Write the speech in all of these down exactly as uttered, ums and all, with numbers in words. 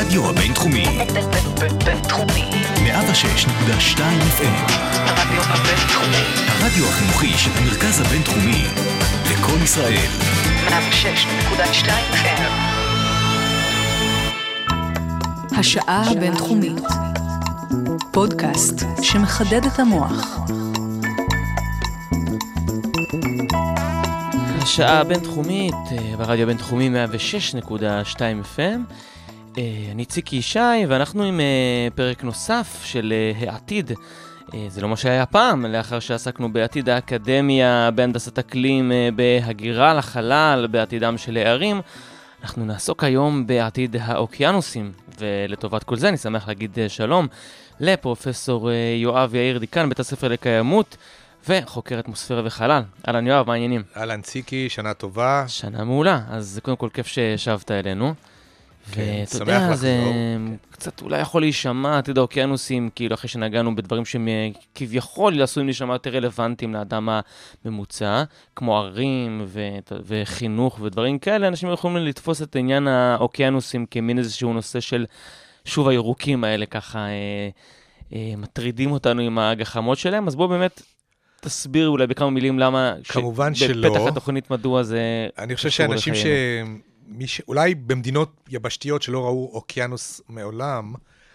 הרדיו הבינתחומי. בינתחומי. מאה ושש נקודה שתיים אף אם. הרדיו הבינתחומי. הרדיו החינוכי של המרכז הבינתחומי. לכל ישראל. מאה ושש נקודה שתיים אף אם. השעה הבינתחומית. פודקאסט שמחדד את המוח. השעה הבינתחומית ברדיו הבינתחומי מאה ושש נקודה שתיים אף אם. אני ציקי ישי, ואנחנו עם פרק נוסף של העתיד. זה לא מה שהיה פעם, לאחר שעסקנו בעתיד האקדמיה, בהנדסת אקלים, בהגירה לחלל, בעתידם של הערים. אנחנו נעסוק היום בעתיד האוקיינוסים, ולטובת כל זה אני שמח להגיד שלום לפרופסור יואב יאיר, דיקן בית הספר לקיימות, וחוקר אטמוספירה וחלל. אהלן יואב, מה העניינים? אהלן ציקי, שנה טובה. שנה מעולה, אז קודם כל כיף ששבת אלינו. כן, ואתה שמח יודע, לחזור. זה כן. קצת אולי יכול להישמע, עתיד האוקיינוסים, כאילו אחרי שנגענו בדברים שהם כביכול עשויים להישמע יותר רלוונטיים לאדם הממוצע, כמו ערים ו- וחינוך ודברים כאלה, אנשים יכולים לתפוס את עניין האוקיינוסים כמין איזשהו נושא של שוב הירוקים האלה ככה אה, אה, מטרידים אותנו עם הגחמות שלהם, אז בואו באמת תסביר אולי בכמה מילים למה, כמובן שלא. בפתח התוכנית מדוע זה... אני חושב שאנשים ש... מי ש... אולי במדינות יבשתיות שלא ראו אוקיינוס מעולם,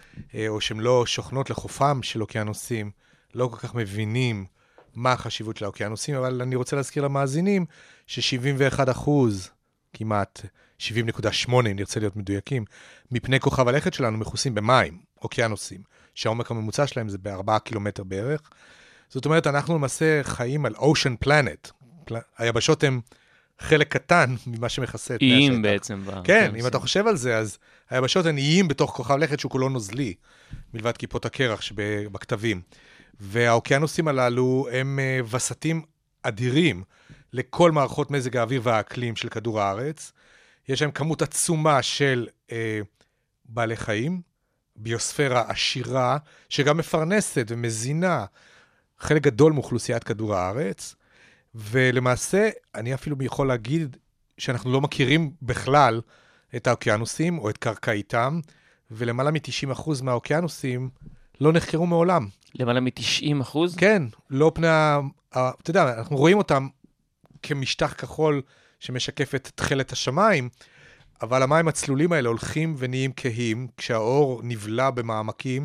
או שהן לא שוכנות לחופם של אוקיינוסים, לא כל כך מבינים מה החשיבות של האוקיינוסים, אבל אני רוצה להזכיר למאזינים ש-שבעים ואחד אחוז, כמעט שבעים נקודה שמונה, אם נרצה להיות מדויקים, מפני כוכב הלכת שלנו מכוסים במים, אוקיינוסים, שהעומק הממוצע שלהם זה בארבעה קילומטר בערך. זאת אומרת, אנחנו למעשה חיים על Ocean Planet. פל... היבשות הן חלק קטן ממה שמכסה את פני השטח. איים בעצם. כן, אם אתה חושב על זה, אז היבשות הן איים בתוך כוכב לכת שהוא כולו נוזלי, מלבד כיפות הקרח שבכתבים. והאוקיינוסים הללו הם uh, וסתים אדירים לכל מערכות מזג האוויר והאקלים של כדור הארץ. יש להם כמות עצומה של uh, בעלי חיים, ביוספירה עשירה, שגם מפרנסת ומזינה חלק גדול מאוכלוסיית כדור הארץ, ולמעשה אני אפילו יכול להגיד שאנחנו לא מכירים בכלל את האוקיינוסים או את קרקעיתם, ולמעלה מ-תשעים אחוז מהאוקיינוסים לא נחקרו מעולם. למעלה מ-תשעים אחוז? כן, לא פני ה... אתה יודע, אנחנו רואים אותם כמשטח כחול שמשקף את תחלת השמיים, אבל המים הצלולים האלה הולכים ונהיים כהים, כשהאור נבלע במעמקים,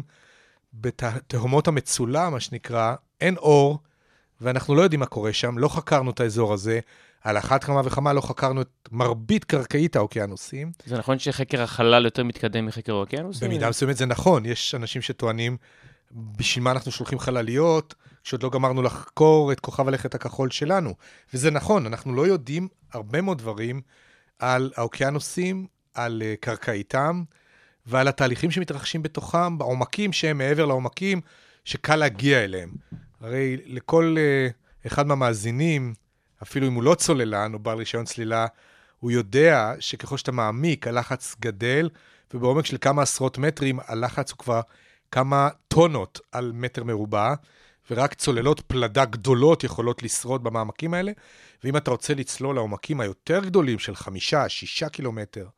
בתהומות המצולה, מה שנקרא, אין אור, ואנחנו לא יודעים מה קורה שם, לא חקרנו את האזור הזה, על אחת כמה וכמה לא חקרנו את מרבית קרקעית האוקיינוסים. זה נכון שחקר החלל יותר מתקדם מחקר האוקיינוסים? במידה מסוימת זה נכון, יש אנשים שטוענים, בשביל מה אנחנו שולחים חלליות, כשעוד לא גמרנו לחקור את כוכב הלכת הכחול שלנו. וזה נכון, אנחנו לא יודעים הרבה מאוד דברים על האוקיינוסים, על קרקעיתם, ועל התהליכים שמתרחשים בתוכם, בעומקים שהם מעבר לעומקים, שקל להגיע אליהם. הרי לכל uh, אחד מהמאזינים, אפילו אם הוא לא צוללן או בעל רישיון צלילה, הוא יודע שככל שאתה מעמיק, הלחץ גדל, ובעומק של כמה עשרות מטרים, הלחץ הוא כבר כמה טונות על מטר מרובע, ורק צוללות פלדה גדולות יכולות לשרוד במעמקים האלה, ואם אתה רוצה לצלול לעומקים היותר גדולים של חמישה, שישה קילומטר,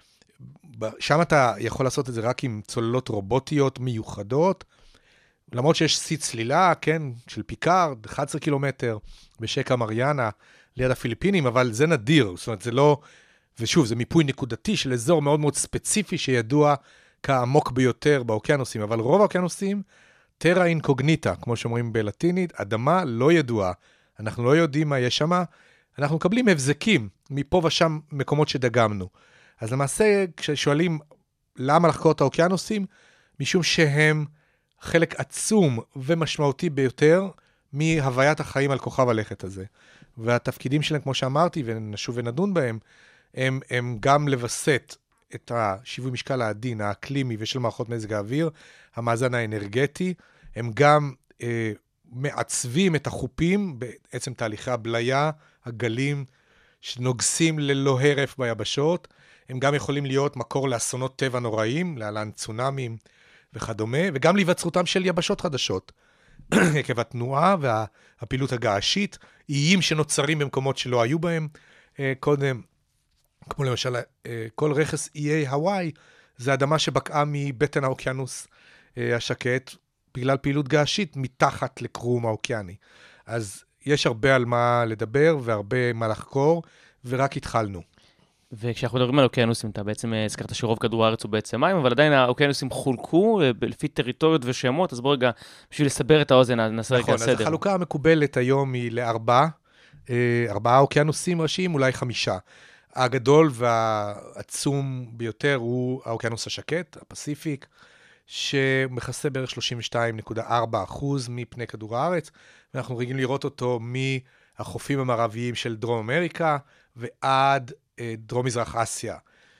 שם אתה יכול לעשות את זה רק עם צוללות רובוטיות מיוחדות, למרות שיש שיא צלילה, כן, של פיקארד, אחד עשר קילומטר, בשקע מריאנה, ליד הפיליפינים, אבל זה נדיר, זאת אומרת, זה לא, ושוב, זה מיפוי נקודתי של אזור מאוד מאוד ספציפי, שידוע כעמוק ביותר באוקיינוסים, אבל רוב האוקיינוסים, טרה אינקוגניטה, כמו שאומרים בלטינית, אדמה לא ידועה, אנחנו לא יודעים מה יש שם, אנחנו מקבלים הבזקים, מפה ושם מקומות שדגמנו. אז למעשה, כששואלים למה לחקור את האוקיינוסים, משום שהם חלק עצום ומשמעותי ביותר מהוויית החיים על כוכב הלכת הזה. והתפקידים שלהם, כמו שאמרתי, ונשוב ונדון בהם, הם, הם גם לבסט את השיווי משקל העדין, האקלימי ושל מערכות מזג האוויר, המאזן האנרגטי, הם גם אה, מעצבים את החופים, בעצם תהליכי הבליה, הגלים, שנוגסים ללא הרף ביבשות, הם גם יכולים להיות מקור לאסונות טבע נוראים, להלן צונאמים וכדומה, וגם להיווצרותם של יבשות חדשות, עקב התנועה והפעילות הגעשית, איים שנוצרים במקומות שלא היו בהם קודם, כמו למשל כל רכס איי הוואי, זה אדמה שבקעה מבטן האוקיינוס אה, השקט, בגלל פעילות געשית מתחת לקרום האוקיאני. אז יש הרבה על מה לדבר והרבה מה לחקור, ורק התחלנו. וכשאנחנו מדברים על אוקיינוסים, אתה בעצם הזכרת שרוב כדור הארץ הוא בעצם מים, אבל עדיין האוקיינוסים חולקו לפי טריטוריות ושמות, אז בוא רגע, בשביל לסבר את האוזן, נעשה רגע סדר. נכון, אז החלוקה המקובלת היום היא לארבעה, ארבעה אוקיינוסים ראשיים, אולי חמישה. הגדול והעצום ביותר הוא האוקיינוס השקט, הפסיפיק, שמכסה בערך שלושים ושתיים נקודה ארבע אחוז מפני כדור הארץ, ואנחנו רגילים לראות אותו מהחופים המערביים של דרום אמריקה, ועד דרום מזרח אסיה.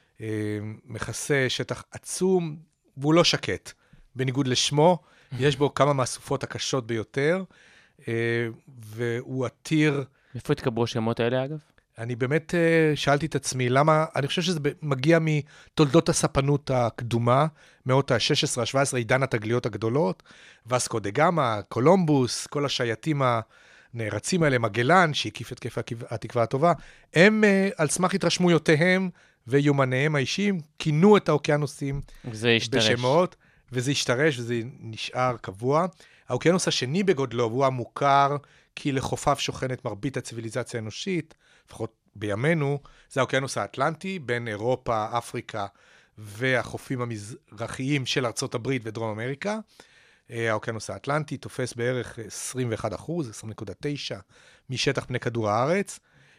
מכסה שטח עצום, והוא לא שקט. בניגוד לשמו, יש בו כמה מהסופות הקשות ביותר, והוא עתיר... איפה התקבלו השמות האלה, אגב? אני באמת שאלתי את עצמי, למה, אני חושב שזה מגיע מתולדות הספנות הקדומה, מאות ה-שש עשרה שבע עשרה, עידן התגליות הגדולות, וסקו דה גאמה, קולומבוס, כל השייטים הנערצים האלה, מגלן, שהקיף את כיף התקווה הטובה, הם על סמך התרשמויותיהם ויומניהם האישיים, כינו את האוקיינוסים בשמות, וזה השתרש וזה נשאר קבוע. האוקיינוס השני בגודלו, והוא המוכר, כי לחופיו שוכנת מרבית הציביליזציה האנושית, לפחות בימינו, זה האוקיינוס האטלנטי, בין אירופה, אפריקה והחופים המזרחיים של ארצות הברית ודרום אמריקה. האוקיינוס האטלנטי תופס בערך עשרים ואחד אחוז, עשרים נקודה תשע, משטח פני כדור הארץ.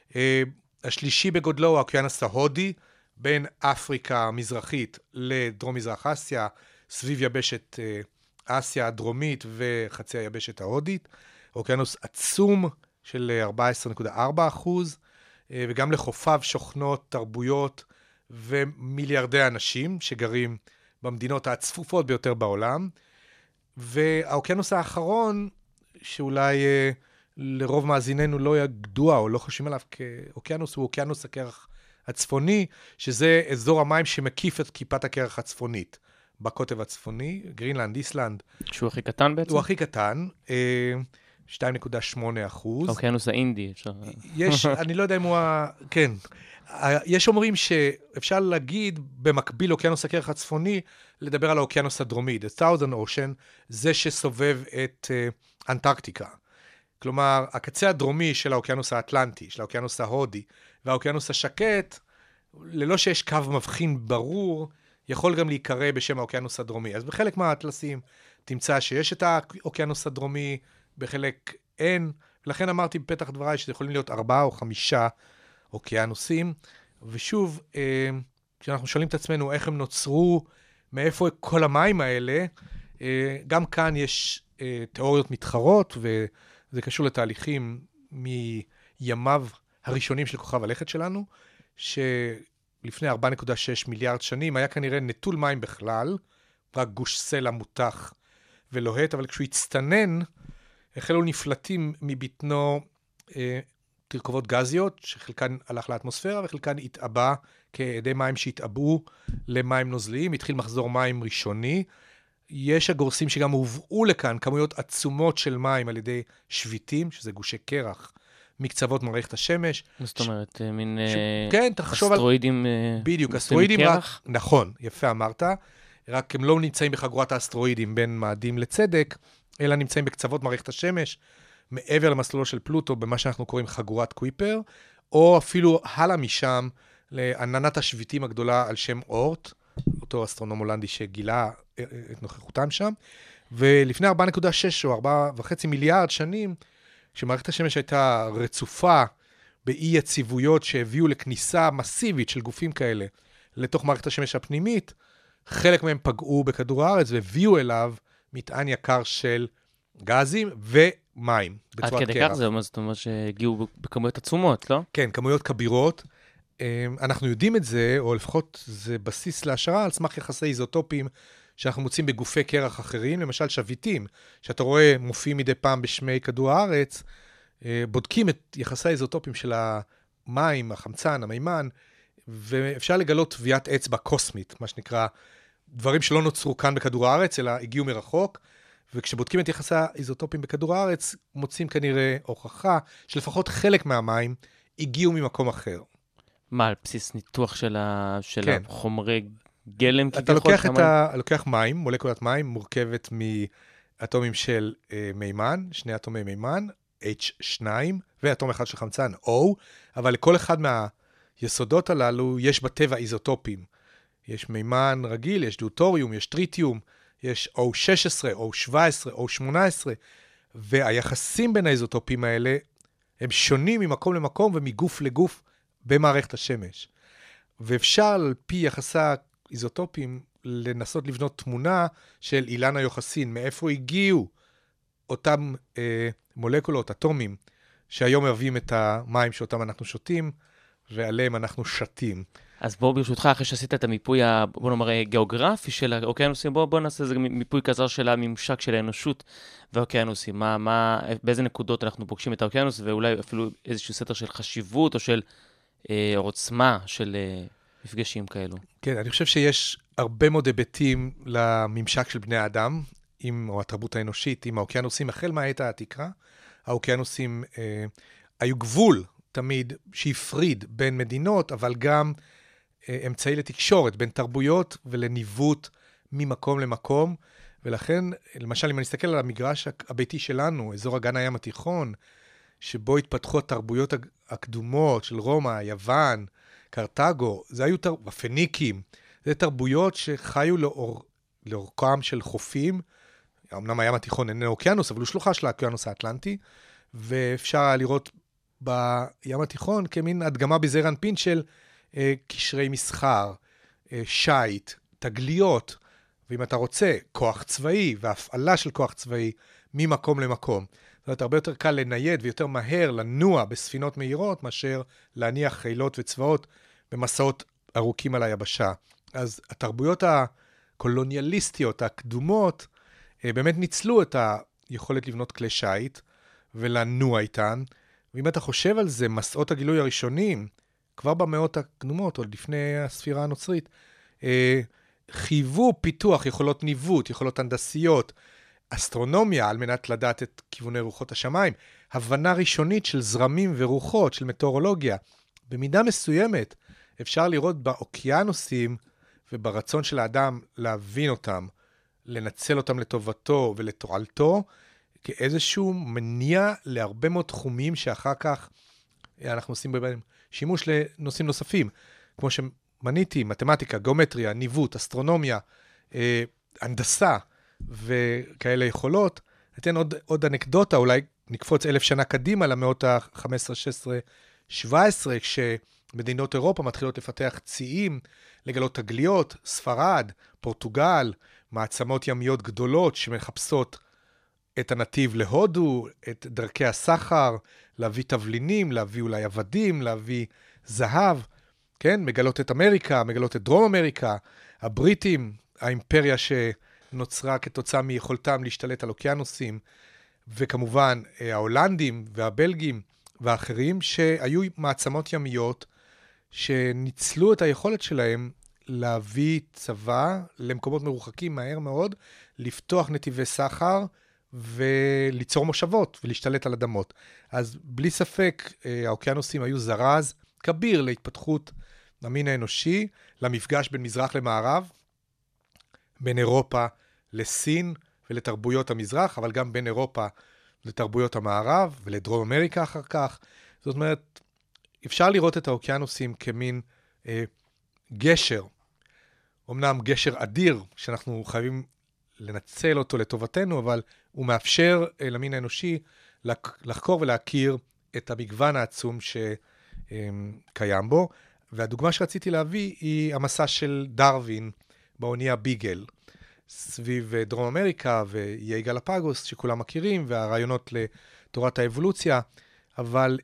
השלישי בגודלו הוא האוקיינוס ההודי, בין אפריקה המזרחית לדרום מזרח אסיה, סביב יבשת אסיה הדרומית וחצי היבשת ההודית. אוקיינוס עצום של ארבע עשרה נקודה ארבע אחוז, וגם לחופיו שוכנות תרבויות ומיליארדי אנשים שגרים במדינות הצפופות ביותר בעולם. והאוקיינוס האחרון, שאולי אה, לרוב מאזיננו לא ידוע או לא חושבים עליו כאוקיינוס, הוא אוקיינוס הקרח הצפוני, שזה אזור המים שמקיף את כיפת הקרח הצפונית. בקוטב הצפוני, גרינלנד, איסלנד. שהוא הכי קטן בעצם? הוא הכי קטן, אה, שתיים נקודה שמונה אחוז. האוקיינוס האינדי, אפשר... יש, אני לא יודע אם הוא ה... כן. יש אומרים שאפשר להגיד, במקביל לאוקיינוס הקרח הצפוני, לדבר על האוקיינוס הדרומי, the Southern Ocean, זה שסובב את uh, אנטרקטיקה. כלומר, הקצה הדרומי של האוקיינוס האטלנטי, של האוקיינוס ההודי, והאוקיינוס השקט, ללא שיש קו מבחין ברור, יכול גם להיקרא בשם האוקיינוס הדרומי. אז בחלק מהאטלסים תמצא שיש את האוקיינוס הדרומי, בחלק אין, ולכן אמרתי בפתח דבריי שזה יכולים להיות ארבעה או חמישה אוקיינוסים, ושוב, כשאנחנו שואלים את עצמנו איך הם נוצרו, מאיפה כל המים האלה, גם כאן יש תיאוריות מתחרות, וזה קשור לתהליכים מימיו הראשונים של כוכב הלכת שלנו, שלפני ארבע נקודה שש מיליארד שנים היה כנראה נטול מים בכלל, רק גוש סלע מותח ולוהט, אבל כשהוא הצטנן, החלו נפלטים מבטנו אה, תרכובות גזיות, שחלקן הלך לאטמוספירה, וחלקן התאבא כעדי מים שהתאבאו למים נוזליים. התחיל מחזור מים ראשוני. יש הגורסים שגם הובאו לכאן כמויות עצומות של מים על ידי שביטים, שזה גושי קרח, מקצוות מערכת השמש. זאת אומרת, ש... מין ש... uh, כן, תחשוב אסטרואידים... על... בדיוק, אסטרואידים רק... נכון, יפה אמרת. רק הם לא נמצאים בחגורת האסטרואידים בין מאדים לצדק, אלא נמצאים בקצוות מערכת השמש, מעבר למסלולו של פלוטו, במה שאנחנו קוראים חגורת קוויפר, או אפילו הלאה משם, לעננת השביטים הגדולה על שם אורט, אותו אסטרונום הולנדי שגילה את נוכחותם שם, ולפני ארבע נקודה שש או ארבע וחצי מיליארד שנים, כשמערכת השמש הייתה רצופה באי יציבויות שהביאו לכניסה מסיבית של גופים כאלה לתוך מערכת השמש הפנימית, חלק מהם פגעו בכדור הארץ והביאו אליו מטען יקר של גזים ומים. עד כדי כך זה זאת אומרת שהגיעו בכמויות עצומות, לא? כן, כמויות כבירות. אנחנו יודעים את זה, או לפחות זה בסיס להשערה, על סמך יחסי איזוטופים שאנחנו מוצאים בגופי קרח אחרים, למשל שביטים, שאתה רואה מופיעים מדי פעם בשמי כדור הארץ, בודקים את יחסי האיזוטופים של המים, החמצן, המימן, ואפשר לגלות טביעת אצבע קוסמית, מה שנקרא, דברים שלא נוצרו כאן בכדור הארץ, אלא הגיעו מרחוק, וכשבודקים את יחסי האיזוטופים בכדור הארץ, מוצאים כנראה הוכחה שלפחות חלק מהמים הגיעו ממקום אחר. מה, על בסיס ניתוח של, ה... של כן. החומרי גלם אתה כביכול. לוקח, כמה... את ה... לוקח מים, מולקולת מים, מורכבת מאטומים של אה, מימן, שני אטומי מימן, אייץ' שתיים, ואטום אחד של חמצן, O, אבל לכל אחד מהיסודות הללו יש בטבע איזוטופים. יש מימן רגיל, יש דוטוריום, יש טריטיום, יש או שש עשרה, או שבע עשרה, או שמונה עשרה, והיחסים בין האיזוטופים האלה הם שונים ממקום למקום ומגוף לגוף במערכת השמש. ואפשר על פי יחסי האיזוטופים לנסות לבנות תמונה של אילן היוחסין, מאיפה הגיעו אותם אה, מולקולות, אטומים, שהיום מהווים את המים שאותם אנחנו שותים, ועליהם אנחנו שתים. אז בוא ברשותך, אחרי שעשית את המיפוי, בוא נאמר, גיאוגרפי של האוקיינוסים, בוא, בוא נעשה איזה מיפוי קצר של הממשק של האנושות והאוקיינוסים. מה, מה, באיזה נקודות אנחנו פוגשים את האוקיינוס, ואולי אפילו איזשהו סדר של חשיבות או של אה, עוצמה של אה, מפגשים כאלו. כן, אני חושב שיש הרבה מאוד היבטים לממשק של בני האדם, עם, או התרבות האנושית, עם האוקיינוסים, החל מהעת העתיקה. האוקיינוסים אה, היו גבול תמיד שהפריד בין מדינות, אבל גם אמצעי לתקשורת בין תרבויות ולניווט ממקום למקום, ולכן, למשל, אם אני אסתכל על המגרש הביתי שלנו, אזור אגן הים התיכון, שבו התפתחו התרבויות הקדומות של רומא, יוון, קרתגו, זה היו תר... הפניקים, זה תרבויות שחיו לאור... לאורכם של חופים, אמנם הים התיכון איננו אוקיינוס, אבל הוא שלוחה של האוקיינוס האטלנטי, ואפשר לראות בים התיכון כמין הדגמה בזעיר אנפין של קשרי מסחר, שייט, תגליות, ואם אתה רוצה, כוח צבאי והפעלה של כוח צבאי ממקום למקום. זאת אומרת, הרבה יותר קל לנייד ויותר מהר לנוע בספינות מהירות, מאשר להניח חילות וצבאות במסעות ארוכים על היבשה. אז התרבויות הקולוניאליסטיות, הקדומות, באמת ניצלו את היכולת לבנות כלי שייט ולנוע איתן, ואם אתה חושב על זה, מסעות הגילוי הראשונים, כבר במאות הקדומות, עוד לפני הספירה הנוצרית, אה, חייבו פיתוח יכולות ניווט, יכולות הנדסיות, אסטרונומיה, על מנת לדעת את כיווני רוחות השמיים, הבנה ראשונית של זרמים ורוחות, של מטאורולוגיה. במידה מסוימת, אפשר לראות באוקיינוסים וברצון של האדם להבין אותם, לנצל אותם לטובתו ולתועלתו, כאיזשהו מניע להרבה מאוד תחומים שאחר כך אנחנו עושים בהם שימוש לנושאים נוספים, כמו שמניתי, מתמטיקה, גיאומטריה, ניווט, אסטרונומיה, אה, הנדסה וכאלה יכולות. ניתן עוד, עוד אנקדוטה, אולי נקפוץ אלף שנה קדימה למאות ה-חמש עשרה, שש עשרה, שבע עשרה, כשמדינות אירופה מתחילות לפתח ציים, לגלות תגליות, ספרד, פורטוגל, מעצמות ימיות גדולות שמחפשות את הנתיב להודו, את דרכי הסחר, להביא תבלינים, להביא אולי עבדים, להביא זהב, כן? מגלות את אמריקה, מגלות את דרום אמריקה, הבריטים, האימפריה שנוצרה כתוצאה מיכולתם להשתלט על אוקיינוסים, וכמובן ההולנדים והבלגים והאחרים, שהיו מעצמות ימיות, שניצלו את היכולת שלהם להביא צבא למקומות מרוחקים מהר מאוד, לפתוח נתיבי סחר, וליצור מושבות ולהשתלט על אדמות. אז בלי ספק, האוקיינוסים היו זרז כביר להתפתחות המין האנושי, למפגש בין מזרח למערב, בין אירופה לסין ולתרבויות המזרח, אבל גם בין אירופה לתרבויות המערב ולדרום אמריקה אחר כך. זאת אומרת, אפשר לראות את האוקיינוסים כמין אה, גשר, אמנם גשר אדיר שאנחנו חייבים לנצל אותו לטובתנו, אבל הוא מאפשר למין האנושי לחקור ולהכיר את המגוון העצום שקיים בו. והדוגמה שרציתי להביא היא המסע של דרווין באונייה ביגל, סביב דרום אמריקה ואיי גלפגוס, שכולם מכירים, והרעיונות לתורת האבולוציה, אבל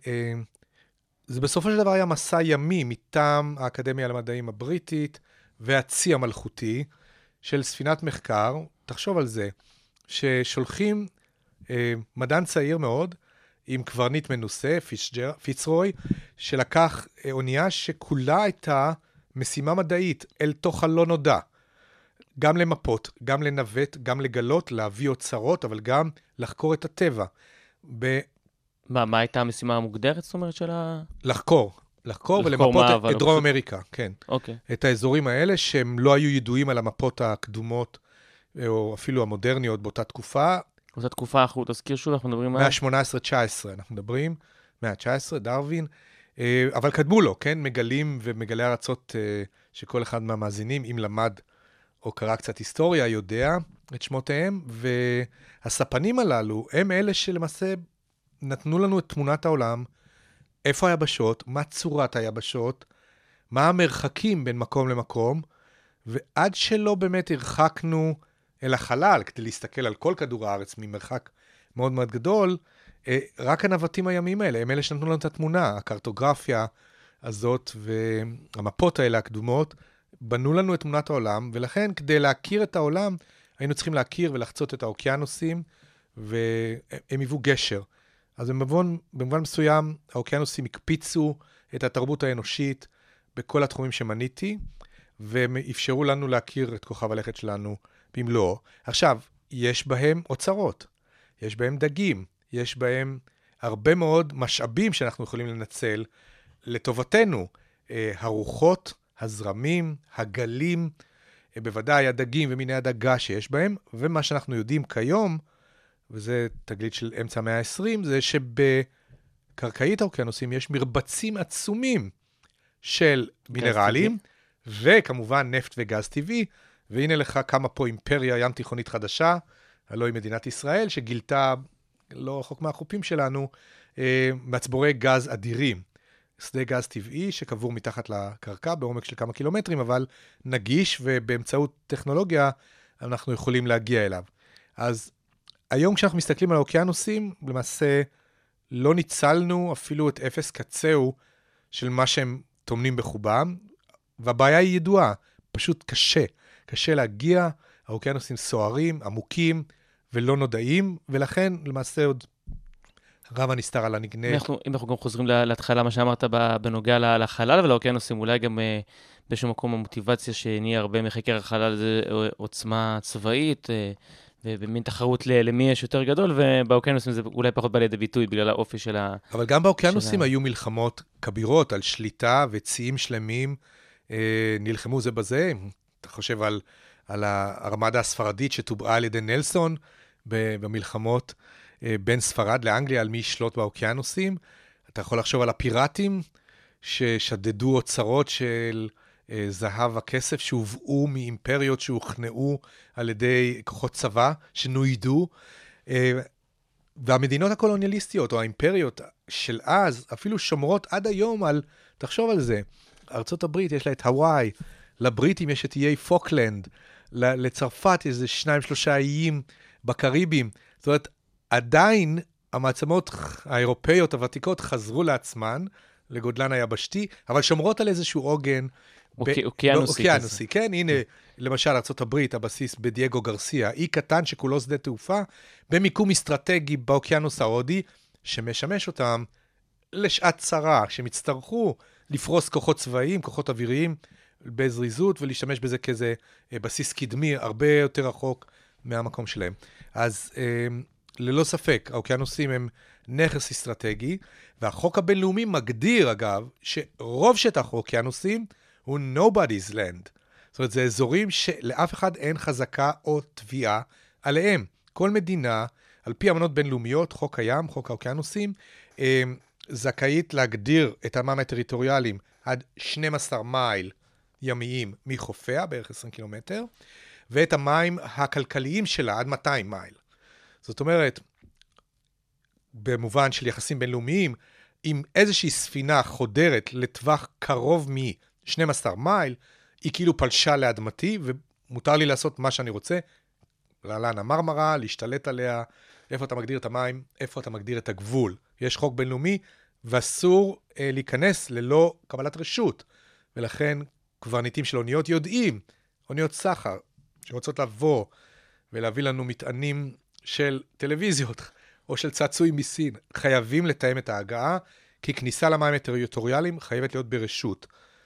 זה בסופו של דבר היה מסע ימי מטעם האקדמיה למדעים הבריטית והצי המלכותי של ספינת מחקר. תחשוב על זה, ששולחים אה, מדען צעיר מאוד, עם קברניט מנוסה, פיצג'ר, פיצרוי, שלקח אה, אונייה שכולה הייתה משימה מדעית אל תוך הלא נודע. גם למפות, גם לנווט, גם לגלות, להביא אוצרות, אבל גם לחקור את הטבע. ב... מה, מה הייתה המשימה המוגדרת, זאת אומרת, של ה... לחקור. לחקור לחקור ולמפות מה, את, אבל את דרום פשוט- אמריקה, כן. אוקיי. את האזורים האלה שהם לא היו ידועים על המפות הקדומות, או אפילו המודרניות באותה תקופה. אותה תקופה, אנחנו תזכיר שוב, אנחנו מדברים על... מאה ה-שמונה עשרה תשע עשרה, אנחנו מדברים, מאה ה-תשע עשרה, דרווין, אה, אבל קדמו לו, כן? מגלים ומגלי ארצות אה, שכל אחד מהמאזינים, אם למד או קרא קצת היסטוריה, יודע את שמותיהם, והספנים הללו הם אלה שלמעשה נתנו לנו את תמונת העולם, איפה היבשות, מה צורת היבשות, מה המרחקים בין מקום למקום, ועד שלא באמת הרחקנו אל החלל, כדי להסתכל על כל כדור הארץ ממרחק מאוד מאוד גדול, רק הנווטים הימיים האלה, הם אלה שנתנו לנו את התמונה, הקרטוגרפיה הזאת והמפות האלה הקדומות, בנו לנו את תמונת העולם, ולכן כדי להכיר את העולם, היינו צריכים להכיר ולחצות את האוקיינוסים, והם היוו גשר. אז במובן, במובן מסוים, האוקיינוסים הקפיצו את התרבות האנושית בכל התחומים שמניתי, והם אפשרו לנו להכיר את כוכב הלכת שלנו במלואו. עכשיו, יש בהם אוצרות, יש בהם דגים, יש בהם הרבה מאוד משאבים שאנחנו יכולים לנצל לטובתנו. הרוחות, הזרמים, הגלים, בוודאי הדגים ומיני הדגה שיש בהם, ומה שאנחנו יודעים כיום, וזה תגלית של אמצע המאה ה-עשרים, זה שבקרקעית האוקיינוסים יש מרבצים עצומים של מינרלים, וכמובן נפט וגז טבעי, והנה לך כמה פה אימפריה ים תיכונית חדשה, הלוא היא מדינת ישראל, שגילתה, לא רחוק מהחופים שלנו, מצבורי גז אדירים. שדה גז טבעי שקבור מתחת לקרקע בעומק של כמה קילומטרים, אבל נגיש, ובאמצעות טכנולוגיה אנחנו יכולים להגיע אליו. אז היום כשאנחנו מסתכלים על האוקיינוסים, למעשה לא ניצלנו אפילו את אפס קצהו של מה שהם טומנים בחובם, והבעיה היא ידועה, פשוט קשה. קשה להגיע, האוקיינוסים סוערים, עמוקים ולא נודעים, ולכן למעשה עוד רב הנסתר על הנגנה. אנחנו, אם אנחנו גם חוזרים להתחלה, מה שאמרת בנוגע לחלל ולאוקיינוסים, אולי גם באיזשהו מקום המוטיבציה שנהיה הרבה מחקר החלל זה עוצמה צבאית, ובמין תחרות למי יש יותר גדול, ובאוקיינוסים זה אולי פחות בא לידי ביטוי בגלל האופי של ה... אבל גם באוקיינוסים היו מלחמות כבירות על שליטה וציים שלמים, נלחמו זה בזה. אתה חושב על, על הארמדה הספרדית שטובעה על ידי נלסון במלחמות בין ספרד לאנגליה, על מי ישלוט באוקיינוסים. אתה יכול לחשוב על הפיראטים ששדדו אוצרות של זהב הכסף שהובאו מאימפריות שהוכנעו על ידי כוחות צבא שנוידו. והמדינות הקולוניאליסטיות או האימפריות של אז אפילו שומרות עד היום על, תחשוב על זה, ארצות הברית יש לה את הוואי, לבריטים יש את איי פוקלנד, לצרפת יש איזה שניים שלושה איים בקריבים. זאת אומרת, עדיין המעצמות האירופאיות הוותיקות חזרו לעצמן, לגודלן היבשתי, אבל שומרות על איזשהו עוגן אוקיינוסי. אוקיינוסי, כן, הנה, למשל, ארצות הברית, הבסיס בדייגו גרסיה, אי קטן שכולו שדה תעופה, במיקום אסטרטגי באוקיינוס ההודי, שמשמש אותם לשעת צרה, שמצטרכו לפרוס כוחות צבאיים, כוחות אוויריים, בזריזות, ולהשתמש בזה כאיזה בסיס קדמי, הרבה יותר רחוק מהמקום שלהם. אז ללא ספק, האוקיינוסים הם נכס אסטרטגי, והחוק הבינלאומי מגדיר, אגב, שרוב שטח האוקיינוסים הוא nobody's land. זאת אומרת, זה אזורים שלאף אחד אין חזקה או תביעה עליהם. כל מדינה, על פי אמנות בינלאומיות, חוק הים, חוק האוקיינוסים, זכאית להגדיר את המים הטריטוריאליים עד שנים עשר מייל ימיים מחופיה, בערך עשרים קילומטר, ואת המים הכלכליים שלה עד מאתיים מייל. זאת אומרת, במובן של יחסים בינלאומיים, אם איזושהי ספינה חודרת לטווח קרוב מ-שנים עשר מייל, היא כאילו פלשה לאדמתי, ומותר לי לעשות מה שאני רוצה, להלן המרמרה, להשתלט עליה, איפה אתה מגדיר את המים, איפה אתה מגדיר את הגבול. יש חוק בינלאומי, ואסור אה, להיכנס ללא קבלת רשות, ולכן קברניטים של אוניות יודעים, אוניות סחר, שרוצות לבוא ולהביא לנו מטענים של טלוויזיות, או של צעצועים מסין, חייבים לתאם את ההגעה, כי כניסה למים הטריטוריאליים חייבת להיות ברשות.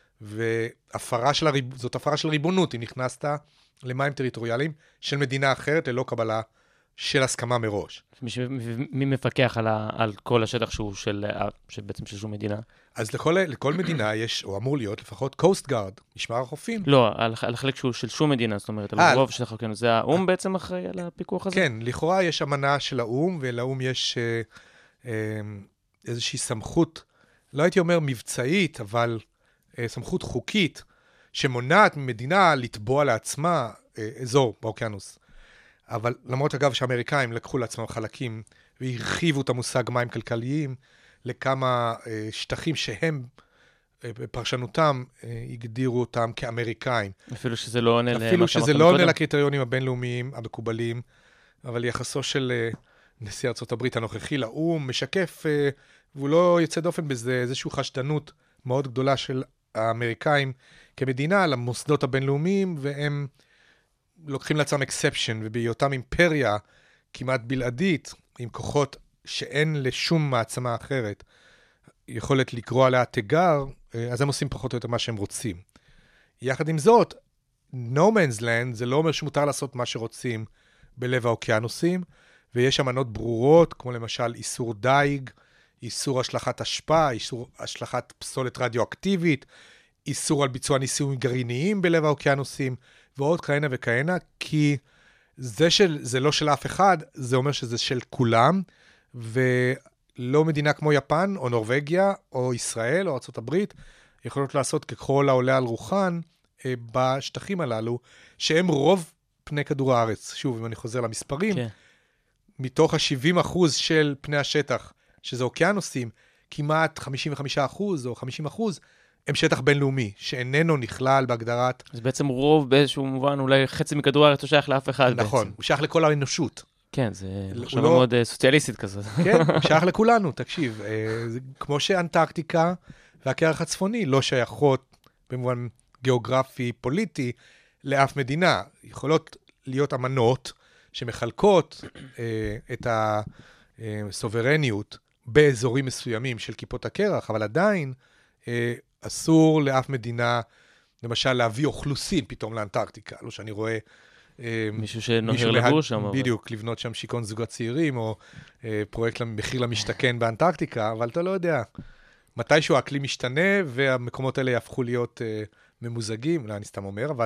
והפרה של הריב... זאת הפרה של ריבונות, אם נכנסת למים טריטוריאליים של מדינה אחרת ללא קבלה של הסכמה מראש. מי, מי מפקח על, ה, על כל השטח שהוא של, שבעצם של שום מדינה? אז לכל, לכל מדינה יש, או אמור להיות לפחות קוסט גארד, משמר החופים. לא, על, על החלק שהוא של שום מדינה, זאת אומרת, על 아, רוב שטח החופים. זה האום בעצם אחראי על הפיקוח הזה? כן, לכאורה יש אמנה של האום, ולאום יש אה, אה, איזושהי סמכות, לא הייתי אומר מבצעית, אבל אה, סמכות חוקית, שמונעת ממדינה לתבוע לעצמה אה, אזור באוקיינוס. אבל למרות אגב שהאמריקאים לקחו לעצמם חלקים והרחיבו את המושג מים כלכליים לכמה אה, שטחים שהם אה, בפרשנותם אה, הגדירו אותם כאמריקאים. אפילו שזה לא עונה אפילו שזה לא עונה לקריטריונים הבינלאומיים המקובלים, אבל יחסו של אה, נשיא ארצות הברית הנוכחי לאום משקף, אה, והוא לא יוצא דופן בזה, איזושהי חשדנות מאוד גדולה של האמריקאים כמדינה למוסדות הבינלאומיים, והם לוקחים לעצמם אקספשן, ובהיותם אימפריה כמעט בלעדית, עם כוחות שאין לשום מעצמה אחרת, יכולת לקרוא עליה תיגר, אז הם עושים פחות או יותר מה שהם רוצים. יחד עם זאת, no man's land זה לא אומר שמותר לעשות מה שרוצים בלב האוקיינוסים, ויש אמנות ברורות, כמו למשל איסור דייג, איסור השלכת אשפה, איסור השלכת פסולת רדיואקטיבית, איסור על ביצוע ניסויים גרעיניים בלב האוקיינוסים, ועוד כהנה וכהנה, כי זה, של, זה לא של אף אחד, זה אומר שזה של כולם, ולא מדינה כמו יפן, או נורווגיה, או ישראל, או ארצות הברית, יכולות לעשות ככל העולה על רוחן אה, בשטחים הללו, שהם רוב פני כדור הארץ. שוב, אם אני חוזר למספרים, כן. מתוך ה-שבעים אחוז של פני השטח, שזה אוקיינוסים, כמעט חמישים וחמישה אחוז או חמישים אחוז, הם שטח בינלאומי, שאיננו נכלל בהגדרת... אז בעצם רוב באיזשהו מובן, אולי חצי מכדור הארץ הוא שייך לאף אחד בעצם. נכון, הוא שייך לכל האנושות. כן, זה מחשבה מאוד סוציאליסטית כזאת. כן, הוא שייך לכולנו, תקשיב. כמו שאנטארקטיקה והקרח הצפוני לא שייכות במובן גיאוגרפי, פוליטי, לאף מדינה. יכולות להיות אמנות שמחלקות את הסוברניות באזורים מסוימים של כיפות הקרח, אבל עדיין... אסור לאף מדינה, למשל, להביא אוכלוסין פתאום לאנטארקטיקה. לא שאני רואה... מישהו שנוהר לגור שם. בדיוק, לבנות שם שיכון זוגות צעירים, או פרויקט מחיר למשתכן באנטארקטיקה, אבל אתה לא יודע. מתישהו האקלים משתנה, והמקומות האלה יהפכו להיות ממוזגים, לא, אני סתם אומר, אבל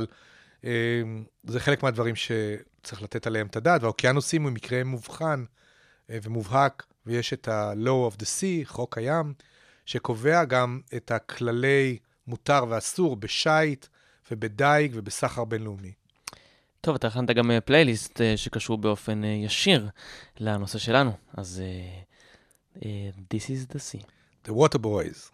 זה חלק מהדברים שצריך לתת עליהם את הדעת, והאוקיינוסים הוא מקרה מובחן ומובהק, ויש את ה-Law of the Sea, חוק הים, שקובע גם את הכללי מותר ואסור בשייט ובדייג ובסחר בינלאומי. טוב, אתה הכנת גם פלייליסט שקשור באופן ישיר לנושא שלנו. אז uh, uh, This is the Sea. The Water Boys.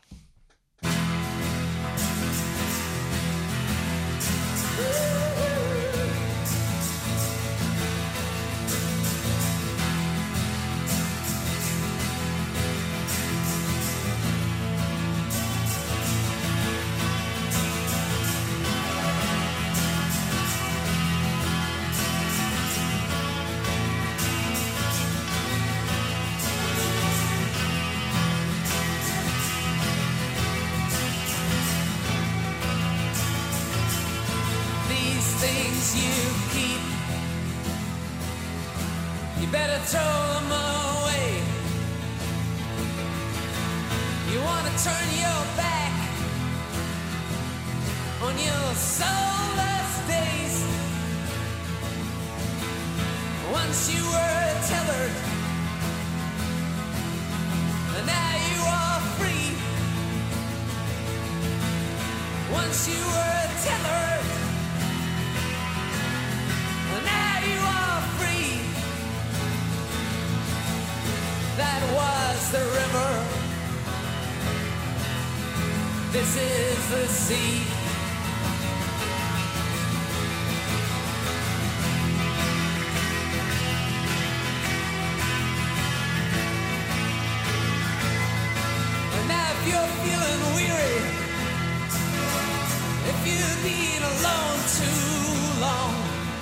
This is the sea. And now if you're feeling weary, if you've been alone too long,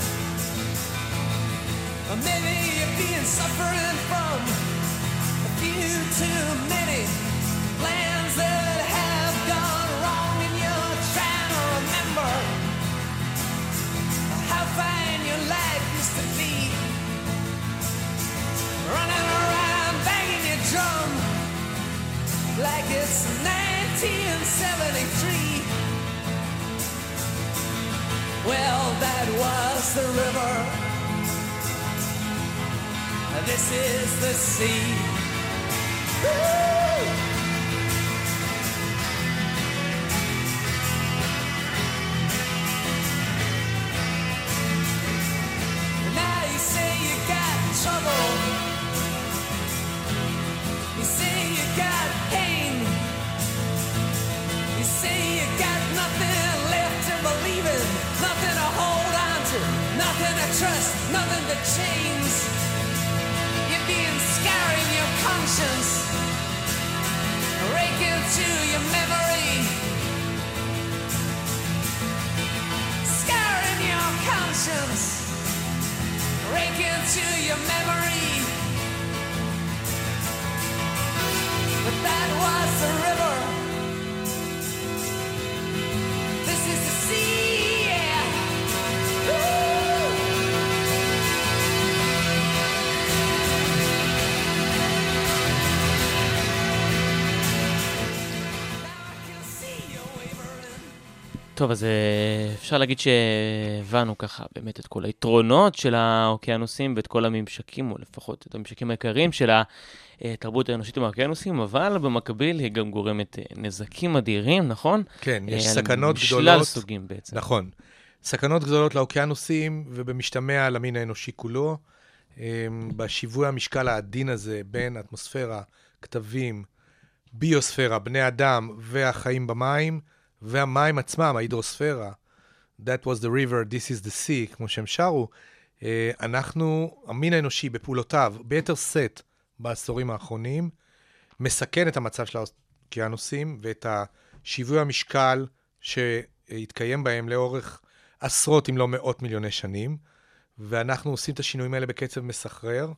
or maybe you've been suffering from a few too many plans that have gone wrong, and you're trying to remember how fine your life used to be. Well, that was the river. This is the sea. Woo! Now you say you got trouble. You say you got pain. You say you got nothing left to believe in, nothing to hold on to, nothing to trust, nothing to change. You're being scarring your conscience, raking to your memory, scarring your conscience, raking to your memory. But that was the river. This is the sea, yeah. Woo! Now I can see you wavering. טוב, אז אה, אפשר להגיד שהבנו ככה באמת את כל היתרונות של האוקיינוסים ואת כל הממשקים, או לפחות את הממשקים העיקריים של התרבות האנושית עם האוקיינוסים, אבל במקביל היא גם גורמת אה, נזקים אדירים, נכון? כן, יש אה, סכנות משלל גדולות. סוגים בעצם. נכון. סכנות גדולות לאוקיינוסים, ובמשתמע על המין האנושי כולו. אמ, בשיווי המשקל העדין הזה בין אטמוספירה, כתבים, ביוספירה, בני אדם והחיים במים, והמים עצמם, ההידרוספירה. That was the river, this is the sea, כמו שהם שרו. אה, אנחנו, המין האנושי בפעולותיו, ביתר סט בעשורים האחרונים, מסכן את המצב של האוקיינוסים ואת השיווי המשקל שהתקיים בהם לאורך עשרות אם לא מאות מיליוני שנים, ואנחנו עושים את השינויים האלה בקצב מסחרר,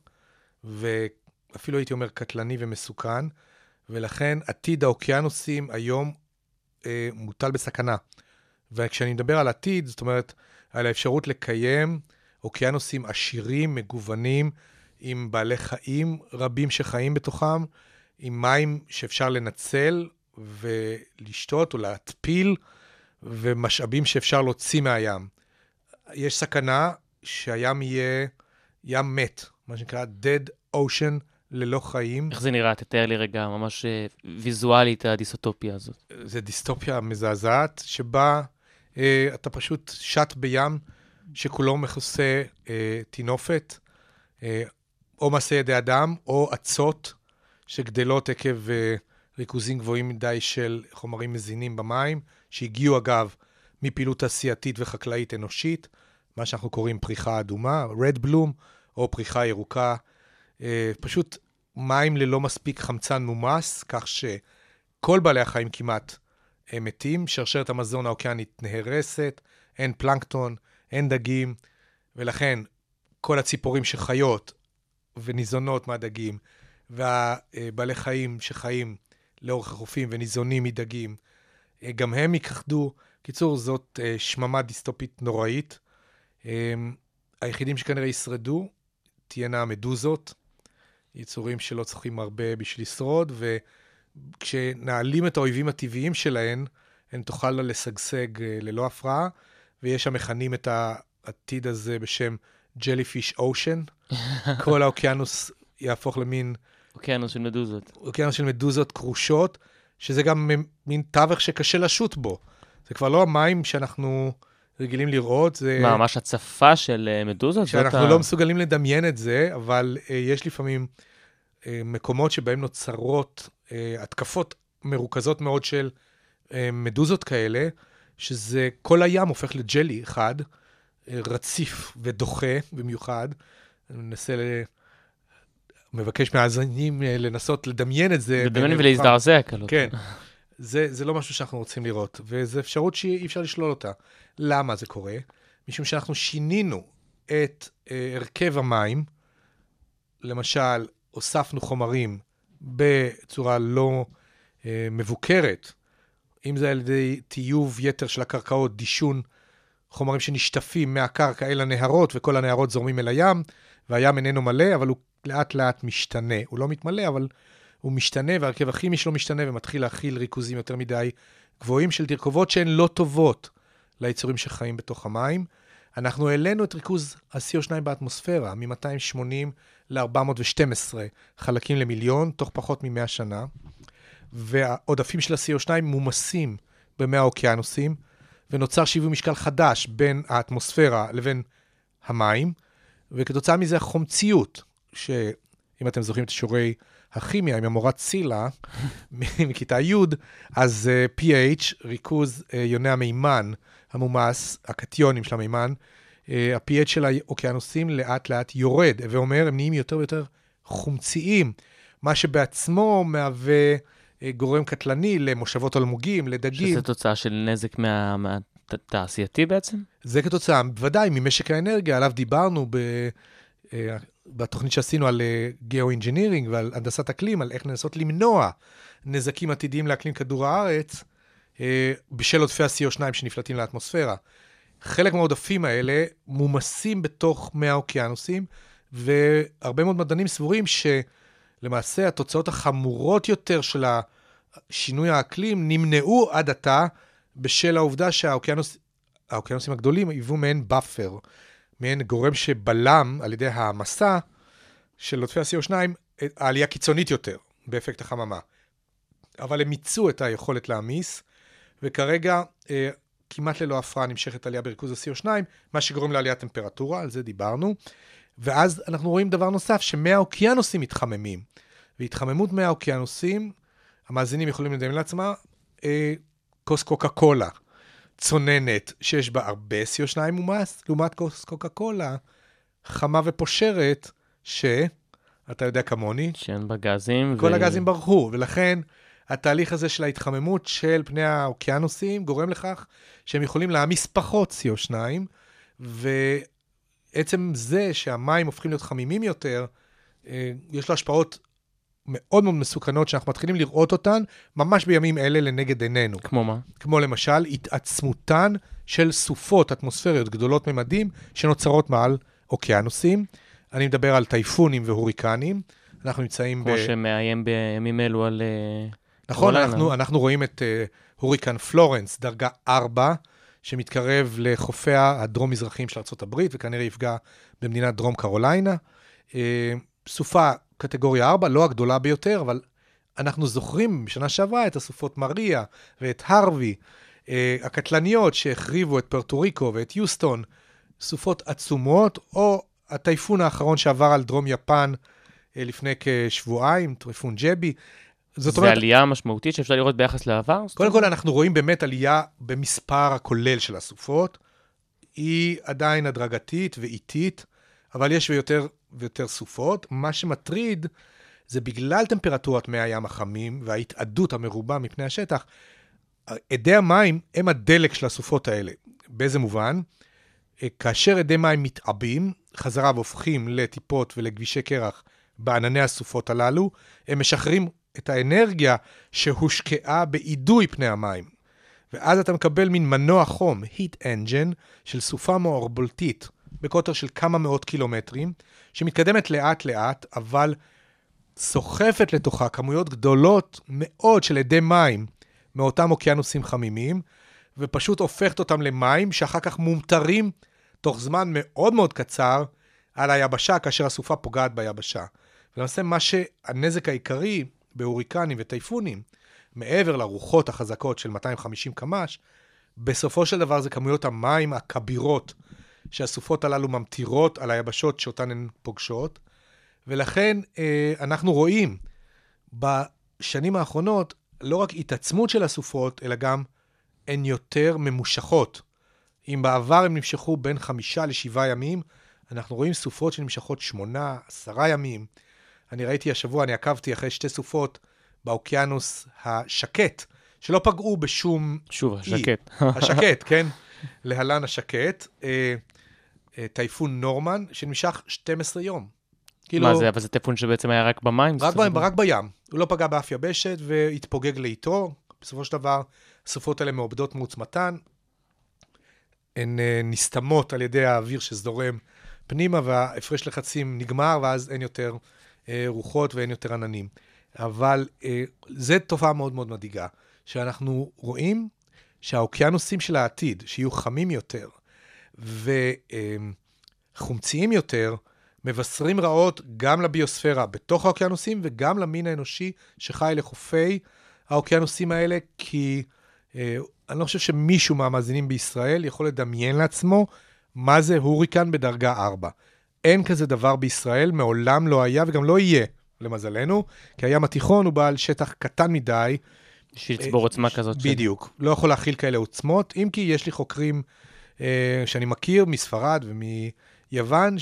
ואפילו הייתי אומר קטלני ומסוכן, ולכן עתיד האוקיינוסים היום אה, מוטל בסכנה. וכשאני מדבר על עתיד, זאת אומרת, על האפשרות לקיים אוקיינוסים עשירים, מגוונים, עם בעלי חיים רבים שחיים בתוכם, עם מים שאפשר לנצל ולשתות או להתפיל, ומשאבים שאפשר להוציא מהים. יש סכנה שהים יהיה ים מת, מה שנקרא dead ocean ללא חיים. איך זה נראה? תתאר לי רגע ממש אה, ויזואלית הדיסוטופיה הזאת. זה דיסטופיה מזעזעת, שבה אה, אתה פשוט שט בים שכולו מכוסה אה, תינופת, אה, או מעשה ידי אדם, או עצות שגדלות עקב אה, ריכוזים גבוהים מדי של חומרים מזינים במים, שהגיעו אגב מפעילות תעשייתית וחקלאית אנושית, מה שאנחנו קוראים פריחה אדומה, red bloom, או פריחה ירוקה, אה, פשוט מים ללא מספיק חמצן מומס, כך שכל בעלי החיים כמעט הם מתים, שרשרת המזון האוקיינית נהרסת, אין פלנקטון, אין דגים, ולכן כל הציפורים שחיות וניזונות מהדגים, והבעלי חיים שחיים לאורך החופים וניזונים מדגים, גם הם יכחדו. קיצור, זאת שממה דיסטופית נוראית. היחידים שכנראה ישרדו תהיינה המדוזות, יצורים שלא צריכים הרבה בשביל לשרוד, וכשנעלים את האויבים הטבעיים שלהן, הן תוכלנה לשגשג ללא הפרעה, ויש המכנים את העתיד הזה בשם Jellyfish Ocean. כל האוקיינוס יהפוך למין... אוקיינוס של מדוזות. אוקיינוס של מדוזות קרושות, שזה גם מין תווך שקשה לשוט בו. זה כבר לא המים שאנחנו רגילים לראות. זה... מה, ממש הצפה של מדוזות? שאנחנו ה... לא מסוגלים לדמיין את זה, אבל uh, יש לפעמים uh, מקומות שבהם נוצרות uh, התקפות מרוכזות מאוד של uh, מדוזות כאלה, שזה כל הים הופך לג'לי אחד, uh, רציף ודוחה במיוחד. אני מנסה ל... מבקש מהאזנים uh, לנסות לדמיין את זה. לדמיין ולהזדעזע קלות. כן. זה, זה לא משהו שאנחנו רוצים לראות, וזו אפשרות שאי אפשר לשלול אותה. למה זה קורה? משום שאנחנו שינינו את אה, הרכב המים, למשל, הוספנו חומרים בצורה לא אה, מבוקרת, אם זה על ידי טיוב יתר של הקרקעות, דישון, חומרים שנשטפים מהקרקע אל הנהרות, וכל הנהרות זורמים אל הים, והים איננו מלא, אבל הוא לאט לאט משתנה. הוא לא מתמלא, אבל הוא משתנה, והרכב הכימי שלו משתנה, ומתחיל להכיל ריכוזים יותר מדי גבוהים של תרכובות שהן לא טובות ליצורים שחיים בתוך המים. אנחנו העלינו את ריכוז ה-סי או שתיים באטמוספירה מ-מאתיים ושמונים ל-ארבע מאות ושתים עשרה חלקים למיליון, תוך פחות מ-מאה שנה. והעודפים של ה-סי או שתיים מומסים במי האוקיינוסים, ונוצר שיווי משקל חדש בין האטמוספירה לבין המים, וכתוצאה מזה החומציות, שאם אתם זוכרים את שיעורי הכימיה, עם המורת צילה מכיתה י', אז uh, פי אייץ', ריכוז uh, יוני המימן המומס, הקטיונים של המימן, uh, ה-פי אייץ' של האוקיינוסים לאט לאט יורד, ואומר, הם נהיים יותר ויותר חומציים, מה שבעצמו מהווה uh, גורם קטלני למושבות אלמוגים, לדגים. שזה תוצאה של נזק מה... מהתעשייתי בעצם? זה כתוצאה, בוודאי, ממשק האנרגיה, עליו דיברנו ב... uh, בתוכנית שעשינו על גיאו-אינג'ינירינג ועל הנדסת אקלים, על איך לנסות למנוע נזקים עתידיים לאקלים כדור הארץ, בשל עודפי ה-סי או שתיים שנפלטים לאטמוספירה. חלק מהעודפים האלה מומסים בתוך מי האוקיינוסים, והרבה מאוד מדענים סבורים שלמעשה התוצאות החמורות יותר של שינוי האקלים נמנעו עד עתה, בשל העובדה שהאוקיינוסים הגדולים היוו מעין באפר, מעין גורם שבלם על ידי המסע של עודפי ה-סי או שתיים, העלייה קיצונית יותר באפקט החממה. אבל הם מיצו את היכולת להמיס, וכרגע אה, כמעט ללא הפרעה נמשכת עלייה בריכוז ה-סי או שתיים, מה שגורם לעליית טמפרטורה, על זה דיברנו. ואז אנחנו רואים דבר נוסף, שמי האוקיינוסים מתחממים. והתחממות מי האוקיינוסים, המאזינים יכולים לדמיין לעצמם, אה, כוס קוקה קולה. צוננת שיש בה הרבה סי או שתיים מומס, לעומת כוס קוקה קולה, חמה ופושרת, שאתה יודע כמוני, שאין בה גזים. כל ו... הגזים ברחו, ולכן התהליך הזה של ההתחממות של פני האוקיינוסים גורם לכך שהם יכולים להמיס פחות סי או שתיים, ועצם זה שהמים הופכים להיות חמימים יותר, יש לו השפעות מאוד מאוד מסוכנות שאנחנו מתחילים לראות אותן ממש בימים אלה לנגד עינינו. כמו מה? כמו למשל התעצמותן של סופות אטמוספריות גדולות ממדים שנוצרות מעל אוקיינוסים. אני מדבר על טייפונים והוריקנים. אנחנו נמצאים כמו ב... כמו שמאיים בימים אלו על... נכון, אנחנו, אנחנו רואים את uh, הוריקן פלורנס, דרגה ארבע, שמתקרב לחופיה הדרום-מזרחיים של ארצות הברית, וכנראה יפגע במדינת דרום קרוליינה. Uh, סופה קטגוריה ארבע, לא הגדולה ביותר, אבל אנחנו זוכרים בשנה שעברה את הסופות מריה ואת הרווי, אה, הקטלניות שהחריבו את פרטוריקו ואת יוסטון, סופות עצומות, או הטייפון האחרון שעבר על דרום יפן אה, לפני כשבועיים, טייפון ג'בי. זאת זה אומרת, עלייה משמעותית שאפשר לראות ביחס לעבר? קודם כל אנחנו רואים באמת עלייה במספר הכולל של הסופות, היא עדיין הדרגתית ואיטית, אבל יש ויותר ויותר סופות. מה שמטריד זה בגלל טמפרטורת מי הים החמים וההתעדות המרובה מפני השטח, עדי המים הם הדלק של הסופות האלה. באיזה מובן? כאשר עדי מים מתעבים, חזרה והופכים לטיפות ולגבישי קרח בענני הסופות הללו, הם משחררים את האנרגיה שהושקעה בעידוי פני המים. ואז אתה מקבל מין מנוע חום, heat engine, של סופה מעורבולתית, בקוטר של כמה מאות קילומטרים, שמתקדמת לאט לאט, אבל סוחפת לתוכה כמויות גדולות מאוד של עדי מים מאותם אוקיינוסים חמימים, ופשוט הופכת אותם למים שאחר כך מומטרים תוך זמן מאוד מאוד קצר על היבשה, כאשר הסופה פוגעת ביבשה. ולמעשה מה שהנזק העיקרי בהוריקנים וטייפונים, מעבר לרוחות החזקות של מאתיים וחמישים קמ"ש, בסופו של דבר זה כמויות המים הכבירות שהסופות הללו ממטירות על היבשות שאותן הן פוגשות, ולכן אה, אנחנו רואים בשנים האחרונות לא רק התעצמות של הסופות, אלא גם הן יותר ממושכות. אם בעבר הם נמשכו בין חמישה לשבעה ימים, אנחנו רואים סופות שנמשכות שמונה, עשרה ימים. אני ראיתי השבוע, אני עקבתי אחרי שתי סופות באוקיינוס השקט, שלא פגעו בשום... שוב, אי. השקט. השקט, כן. להלן השקט. אה, אה, טייפון נורמן, שנמשך שנים עשר יום. כאילו, מה זה? אבל זה טייפון שבעצם היה רק במים? רק, ב, רק בים. הוא לא פגע באף יבשת והתפוגג לאיתו. בסופו של דבר, הסופות האלה מעובדות מעוצמתן. הן אה, נסתמות על ידי האוויר שזורם פנימה, וההפרש לחצים נגמר, ואז אין יותר אה, רוחות ואין יותר עננים. אבל אה, זו תופעה מאוד מאוד מדאיגה, שאנחנו רואים שהאוקיינוסים של העתיד, שיהיו חמים יותר וחומציים יותר, מבשרים רעות גם לביוספירה בתוך האוקיינוסים וגם למין האנושי שחי לחופי האוקיינוסים האלה, כי אה, אני לא חושב שמישהו מהמאזינים בישראל יכול לדמיין לעצמו מה זה הוריקן בדרגה ארבע. אין כזה דבר בישראל, מעולם לא היה וגם לא יהיה, למזלנו, כי הים התיכון הוא בעל שטח קטן מדי. בשביל לצבור עוצמה כזאת. בדיוק, לא יכול להכיל כאלה עוצמות, אם כי יש לי חוקרים אה, שאני מכיר מספרד ומיוון,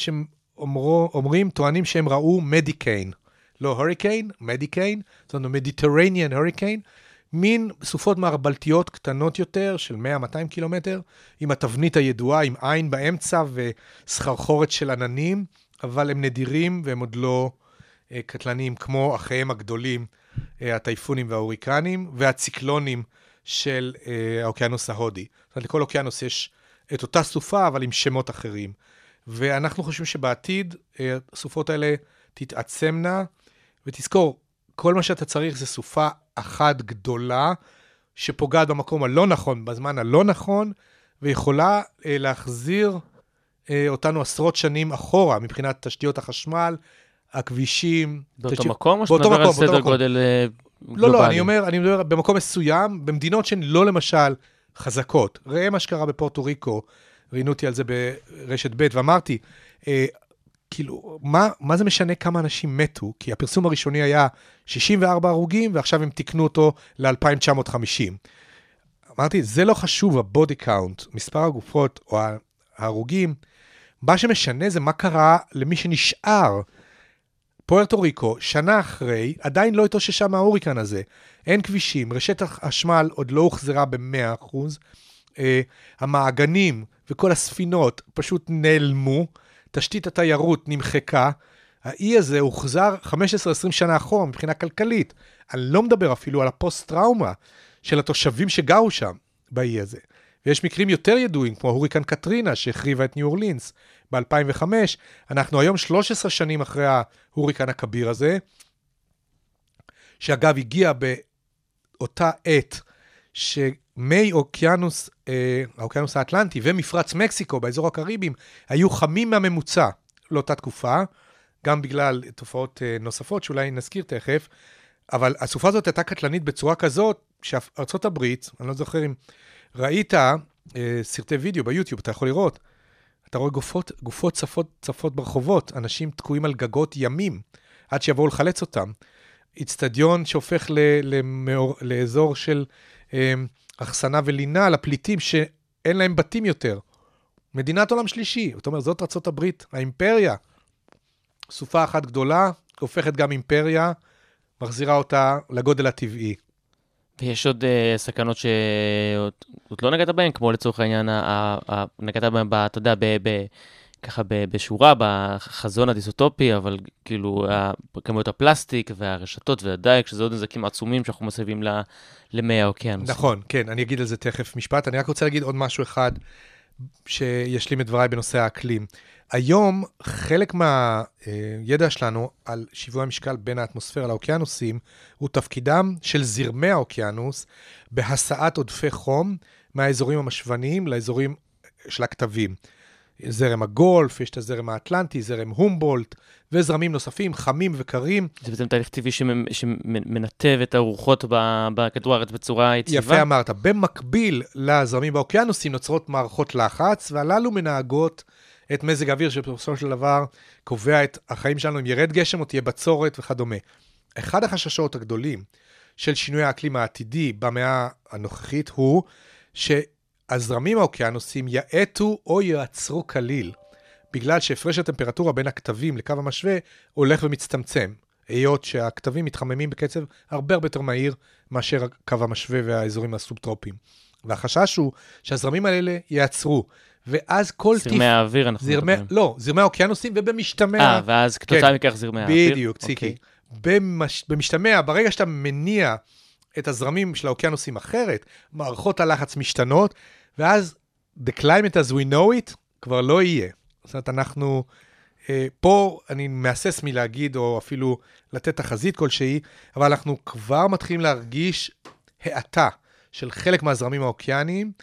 שאומרים, טוענים שהם ראו מדיקיין, לא הוריקיין, מדיקיין, זאת אומרת, מדיטרניאן הוריקיין, מין סופות מערבלתיות קטנות יותר, של מאה עד מאתיים קילומטר, עם התבנית הידועה, עם עין באמצע וסחרחורת של עננים, אבל הם נדירים והם עוד לא אה, קטלניים, כמו אחיהם הגדולים, אה, הטייפונים וההוריקנים, והציקלונים של אה, האוקיינוס ההודי. זאת אומרת, לכל אוקיינוס יש את אותה סופה, אבל עם שמות אחרים. ואנחנו חושבים שבעתיד, אה, הסופות האלה תתעצמנה, ותזכור, כל מה שאתה צריך זה סופה אחת גדולה, שפוגעת במקום הלא נכון, בזמן הלא נכון, ויכולה אה, להחזיר אה, אותנו עשרות שנים אחורה, מבחינת תשתיות החשמל, הכבישים. באותו תשתיות... מקום, או שאתה מדבר על סדר גודל גלובלי? לא, לא, אני אומר, אני מדבר במקום מסוים, במדינות שהן לא למשל חזקות. ראה מה שקרה בפורטו ריקו, ראינו אותי על זה ברשת ב' ואמרתי, אה, כאילו, מה, מה זה משנה כמה אנשים מתו? כי הפרסום הראשוני היה שישים וארבעה הרוגים, ועכשיו הם תקנו אותו ל-אלפיים תשע מאות וחמישים. אמרתי, זה לא חשוב, הבודי קאונט, מספר הגופות או ההרוגים, מה שמשנה זה מה קרה למי שנשאר. פוארטו ריקו, שנה אחרי, עדיין לא התאוששה מההוריקן הזה. אין כבישים, רשת החשמל עוד לא הוחזרה ב-מאה אחוז, אה, המעגנים וכל הספינות פשוט נעלמו, תשתית התיירות נמחקה, האי הזה הוחזר חמש עשרה עשרים שנה אחורה מבחינה כלכלית. אני לא מדבר אפילו על הפוסט-טראומה של התושבים שגרו שם באי הזה. ויש מקרים יותר ידועים, כמו הוריקן קטרינה שהחריבה את ניו אורלינס ב-אלפיים וחמש. אנחנו היום שלוש עשרה שנים אחרי ההוריקן הכביר הזה, שאגב הגיע באותה עת שמי אוקיינוס, אה, האוקיינוס האטלנטי ומפרץ מקסיקו באזור הקריבים היו חמים מהממוצע לאותה תקופה, גם בגלל תופעות אה, נוספות שאולי נזכיר תכף, אבל הסופה הזאת הייתה קטלנית בצורה כזאת שארצות הברית, אני לא זוכר אם ראית אה, סרטי וידאו ביוטיוב, אתה יכול לראות, אתה רואה גופות, גופות צפות, צפות ברחובות, אנשים תקועים על גגות ימים, עד שיבואו לחלץ אותם. אצטדיון שהופך ל, למאור, לאזור של אה, אכסנה ולינה לפליטים שאין להם בתים יותר. מדינת עולם שלישי, זאת אומרת, זאת ארצות הברית, האימפריה. סופה אחת גדולה, הופכת גם אימפריה, מחזירה אותה לגודל הטבעי. ויש עוד uh, סכנות שעוד לא נגעת בהן, כמו לצורך העניין, ה- ה- נגעת בהן, ב- אתה יודע, ב- ב- ככה ב- בשורה, בחזון הדיסוטופי, אבל כאילו, כמויות הפלסטיק והרשתות והדייק, שזה עוד נזקים עצומים שאנחנו מסביבים ל- למי האוקיינוס. נכון, כן, אני אגיד על זה תכף משפט. אני רק רוצה להגיד עוד משהו אחד, שישלים את דבריי בנושא האקלים. היום, חלק מהידע שלנו על שיווי המשקל בין האטמוספירה לאוקיינוסים, הוא תפקידם של זרמי האוקיינוס, בהסעת עודפי חום מהאזורים המשווניים לאזורים של הכתבים. זרם הגולף, יש את הזרם האטלנטי, זרם הומבולט, וזרמים נוספים, חמים וקרים. זה בעצם תהליך טבעי שמנתב את הרוחות בכדור הארץ בצורה יציבה. יפה אמרת. במקביל לזרמים באוקיינוסים נוצרות מערכות לחץ, והללו מנהגות את מזג האוויר שבסופו של דבר קובע את החיים שלנו, אם ירד גשם או תהיה בצורת וכדומה. אחד החששות הגדולים של שינוי האקלים העתידי במאה הנוכחית הוא שהזרמים האוקיינוסים יעטו או יעצרו כליל, בגלל שהפרש הטמפרטורה בין הכתבים לקו המשווה הולך ומצטמצם, היות שהכתבים מתחממים בקצב הרבה הרבה יותר מהיר מאשר קו המשווה והאזורים הסובטרופיים. והחשש הוא שהזרמים האלה יעצרו, ואז כל טיף... זרמי האוויר אנחנו זרמי... מדברים. לא, זרמי האוקיינוסים ובמשתמע... אה, ואז כתוצאה כן, מכך זרמי האוויר. בדיוק, ציקי. אוקיי. במש... במשתמע, ברגע שאתה מניע את הזרמים של האוקיינוסים אחרת, מערכות הלחץ משתנות, ואז the climate as we know it כבר לא יהיה. זאת אומרת, אנחנו... אה, פה אני מאסס מלהגיד, או אפילו לתת תחזית כלשהי, אבל אנחנו כבר מתחילים להרגיש האטה של חלק מהזרמים האוקייניים,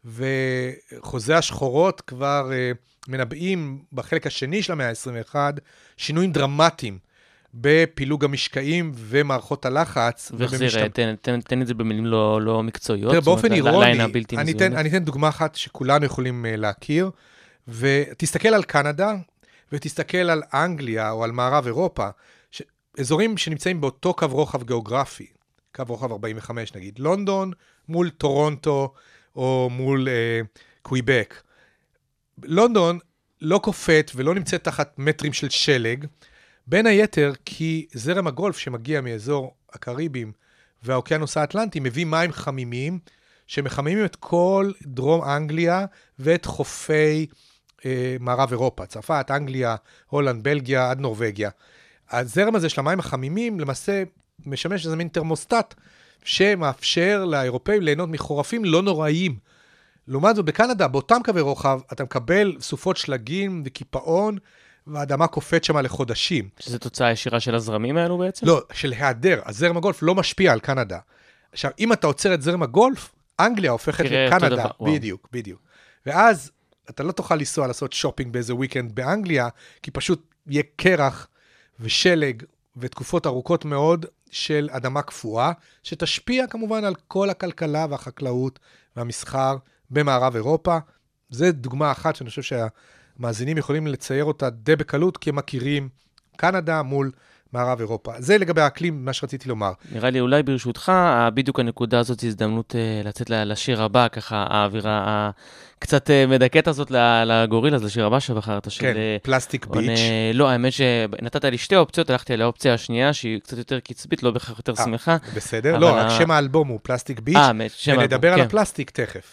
וחוזי השחורות כבר uh, מנבאים בחלק השני של המאה ה-עשרים ואחת, שינויים דרמטיים בפילוג המשקעים ומערכות הלחץ. וחזיר, תן, תן, תן את זה במילים לא, לא מקצועיות. תראה, באופן אירוני, אני אתן, אני אתן דוגמה אחת שכולנו יכולים uh, להכיר, ותסתכל על קנדה, ותסתכל על אנגליה או על מערב אירופה, ש... אזורים שנמצאים באותו קו רוחב גיאוגרפי, קו רוחב ארבעים וחמש נגיד, לונדון מול טורונטו או מול אה, קוויבק. לונדון לא קופאת ולא נמצאת תחת מטרים של שלג, בין היתר כי זרם הגולף שמגיע מאזור הקריבים והאוקיינוס האטלנטי מביא מים חמימים, שמחממים את כל דרום אנגליה ואת חופי אה, מערב אירופה, צרפת, אנגליה, הולנד, בלגיה, עד נורווגיה. הזרם הזה של המים החמימים למעשה משמש איזה מין תרמוסטט שמאפשר לאירופאים ליהנות מחורפים לא נוראיים. לעומת זאת בקנדה, באותם קווי רוחב, אתה מקבל סופות שלגים וקיפאון, והאדמה קופאת שמה לחודשים. שזה תוצאה ישירה של הזרמים האלו בעצם? לא, של היעדר. הזרם הגולף לא משפיע על קנדה. עכשיו, אם אתה עוצר את זרם הגולף, אנגליה הופכת לקנדה. בדיוק, בדיוק. ואז אתה לא תוכל לנסוע לעשות שופינג באיזה וויקנד באנגליה, כי פשוט יהיה קרח ושלג ותקופות ארוכות מאוד של אדמה קפואה, שתשפיע כמובן על כל הכלכלה והחקלאות והמסחר במערב אירופה. זו דוגמה אחת שאני חושב שהמאזינים יכולים לצייר אותה די בקלות, כי הם מכירים קנדה מול מערב אירופה. זה לגבי האקלים, מה שרציתי לומר. נראה לי אולי ברשותך, בדיוק הנקודה הזאת היא הזדמנות לצאת לשיר הבא, ככה האווירה קצת מדכאת הזאת לגורילה, אז לשיר הבא שבחרת של... כן, פלסטיק ביץ'. לא, האמת שנתת לי שתי אופציות, הלכתי על האופציה השנייה, שהיא קצת יותר קצבית, לא בהכרח יותר שמחה. בסדר, לא, רק שם האלבום הוא פלסטיק ביץ', ונדבר על הפלסטיק תכף.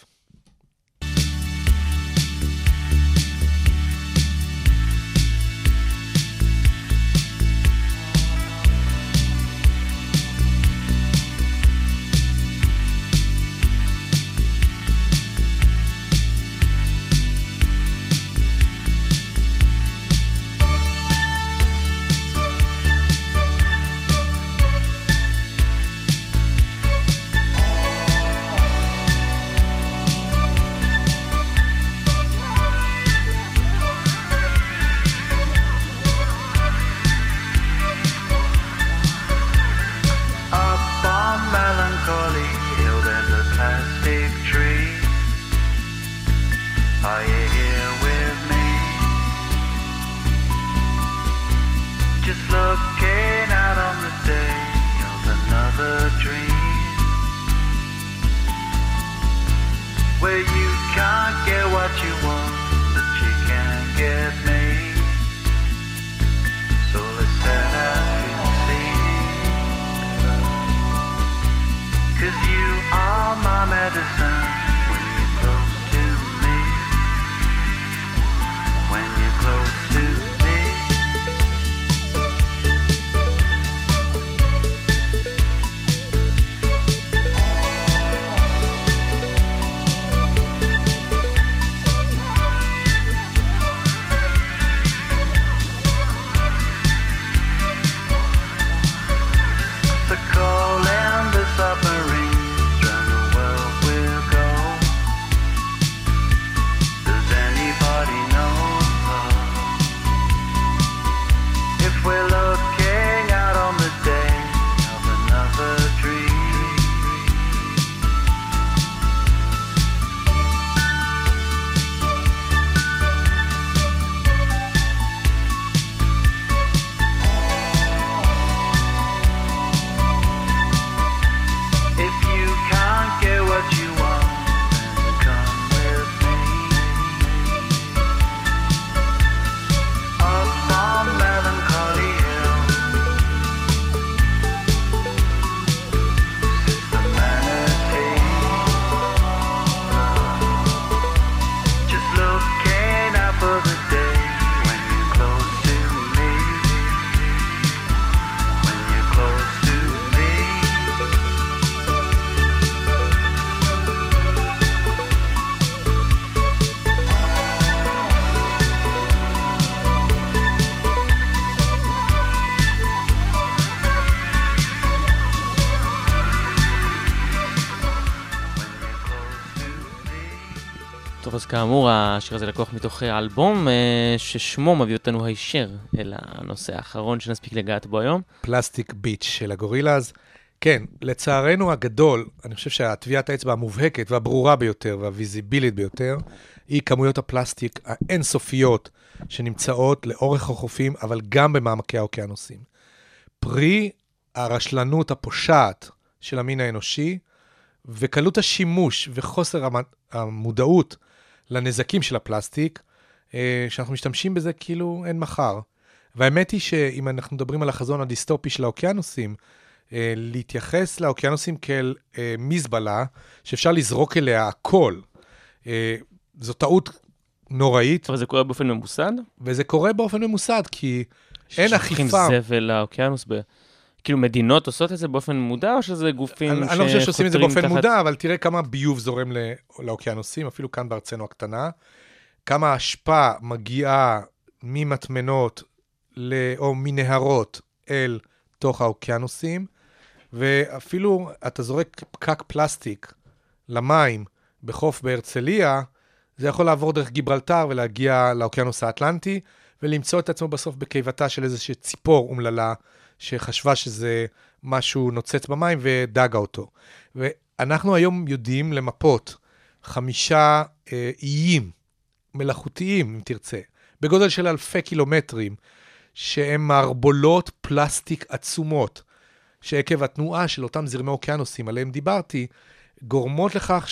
טוב, אז כאמור, השיר הזה לקוח מתוך האלבום, ששמו מביא אותנו הישר אל הנושא האחרון שנספיק לגעת בו היום. פלסטיק ביץ' של הגורילאז. כן, לצערנו הגדול, אני חושב שהטביעת האצבע המובהקת והברורה ביותר והוויזיבילית ביותר, היא כמויות הפלסטיק האינסופיות שנמצאות לאורך החופים, אבל גם במעמקי האוקיינוסים. פרי הרשלנות הפושעת של המין האנושי, וקלות השימוש וחוסר המודעות לנזקים של הפלסטיק, שאנחנו משתמשים בזה כאילו אין מחר. והאמת היא שאם אנחנו מדברים על החזון הדיסטופי של האוקיינוסים, להתייחס לאוקיינוסים כאל מזבלה, שאפשר לזרוק אליה הכל. זו טעות נוראית. אבל זה קורה באופן ממוסד? וזה קורה באופן ממוסד, כי אין אכיפה. ששולחים זבל לאוקיינוס ב... כאילו מדינות עושות את זה באופן מודע, או שזה גופים שחותרים תחת... אני לא חושב שעושים את זה באופן מודע, אבל תראה כמה ביוב זורם לאוקיינוסים, אפילו כאן בארצנו הקטנה, כמה השפעה מגיעה ממטמנות או מנהרות אל תוך האוקיינוסים, ואפילו אתה זורק פקק פלסטיק למים בחוף בהרצליה, זה יכול לעבור דרך גיברלטר ולהגיע לאוקיינוס האטלנטי, ולמצוא את עצמו בסוף בקיבתה של איזושהי ציפור אומללה, שחשבה שזה משהו נוצץ במים ודגה אותו. ואנחנו היום יודעים למפות חמישה אה, איים מלאכותיים, אם תרצה, בגודל של אלפי קילומטרים, שהם מערבולות פלסטיק עצומות, שעקב התנועה של אותם זרמי אוקיינוסים עליהם דיברתי, גורמות לכך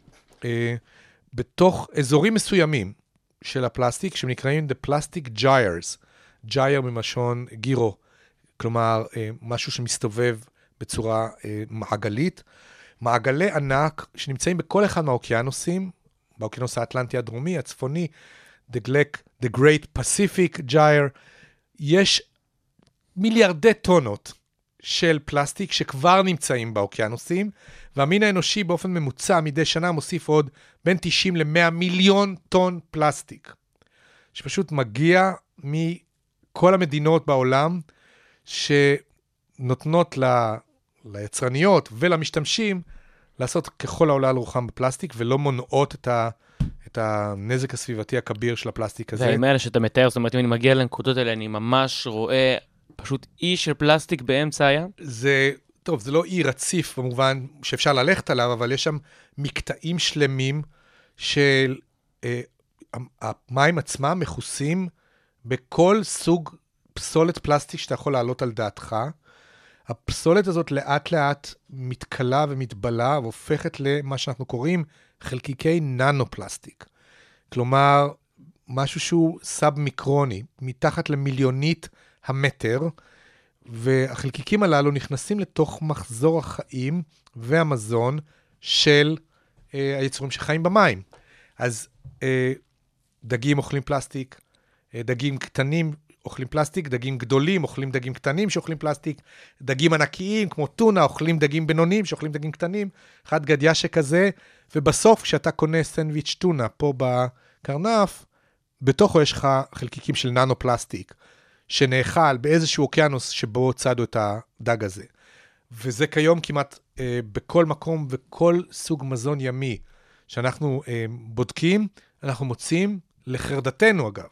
שבתוך אה, אזורים מסוימים של הפלסטיק, שנקראים The Plastic Gyres, ג'ייר ממשון גירו, כלומר, משהו שמסתובב בצורה מעגלית. מעגלי ענק שנמצאים בכל אחד מהאוקיינוסים, באוקיינוס האטלנטי הדרומי, הצפוני, the, the Great Pacific Gyre, יש מיליארדי טונות של פלסטיק שכבר נמצאים באוקיינוסים, והמין האנושי באופן ממוצע מדי שנה מוסיף עוד בין תשעים למאה מיליון טון פלסטיק, שפשוט מגיע מכל המדינות בעולם, שנותנות ל... ליצרניות ולמשתמשים לעשות ככל העולה על רוחם בפלסטיק, ולא מונעות את, ה... את הנזק הסביבתי הכביר של הפלסטיק הזה. והאם האלה שאתה מתאר, זאת אומרת, אם אני מגיע לנקודות האלה, אני ממש רואה פשוט אי של פלסטיק באמצע הים? זה, טוב, זה לא אי רציף במובן שאפשר ללכת עליו, אבל יש שם מקטעים שלמים של אה, המים עצמם מכוסים בכל סוג פסולת פלסטיק שאתה יכול לעלות על דעתך. הפסולת הזאת לאט לאט מתקלה ומתבלה והופכת למה שאנחנו קוראים חלקיקי ננו-פלסטיק. כלומר, משהו שהוא סאב-מיקרוני, מתחת למיליונית המטר, והחלקיקים הללו נכנסים לתוך מחזור החיים והמזון של אה, היצורים שחיים במים. אז אה, דגים אוכלים פלסטיק, אה, דגים קטנים אוכלים פלסטיק, דגים גדולים אוכלים דגים קטנים שאוכלים פלסטיק, דגים ענקיים כמו טונה אוכלים דגים בינוניים שאוכלים דגים קטנים, אחד גדיה שכזה, ובסוף כשאתה קונה סנדוויץ' טונה פה בקרנף, בתוכו יש לך חלקיקים של ננו פלסטיק, שנאכל באיזשהו אוקיינוס שבו צדו את הדג הזה. וזה כיום כמעט אה, בכל מקום וכל סוג מזון ימי שאנחנו אה, בודקים, אנחנו מוצאים לחרדתנו אגב.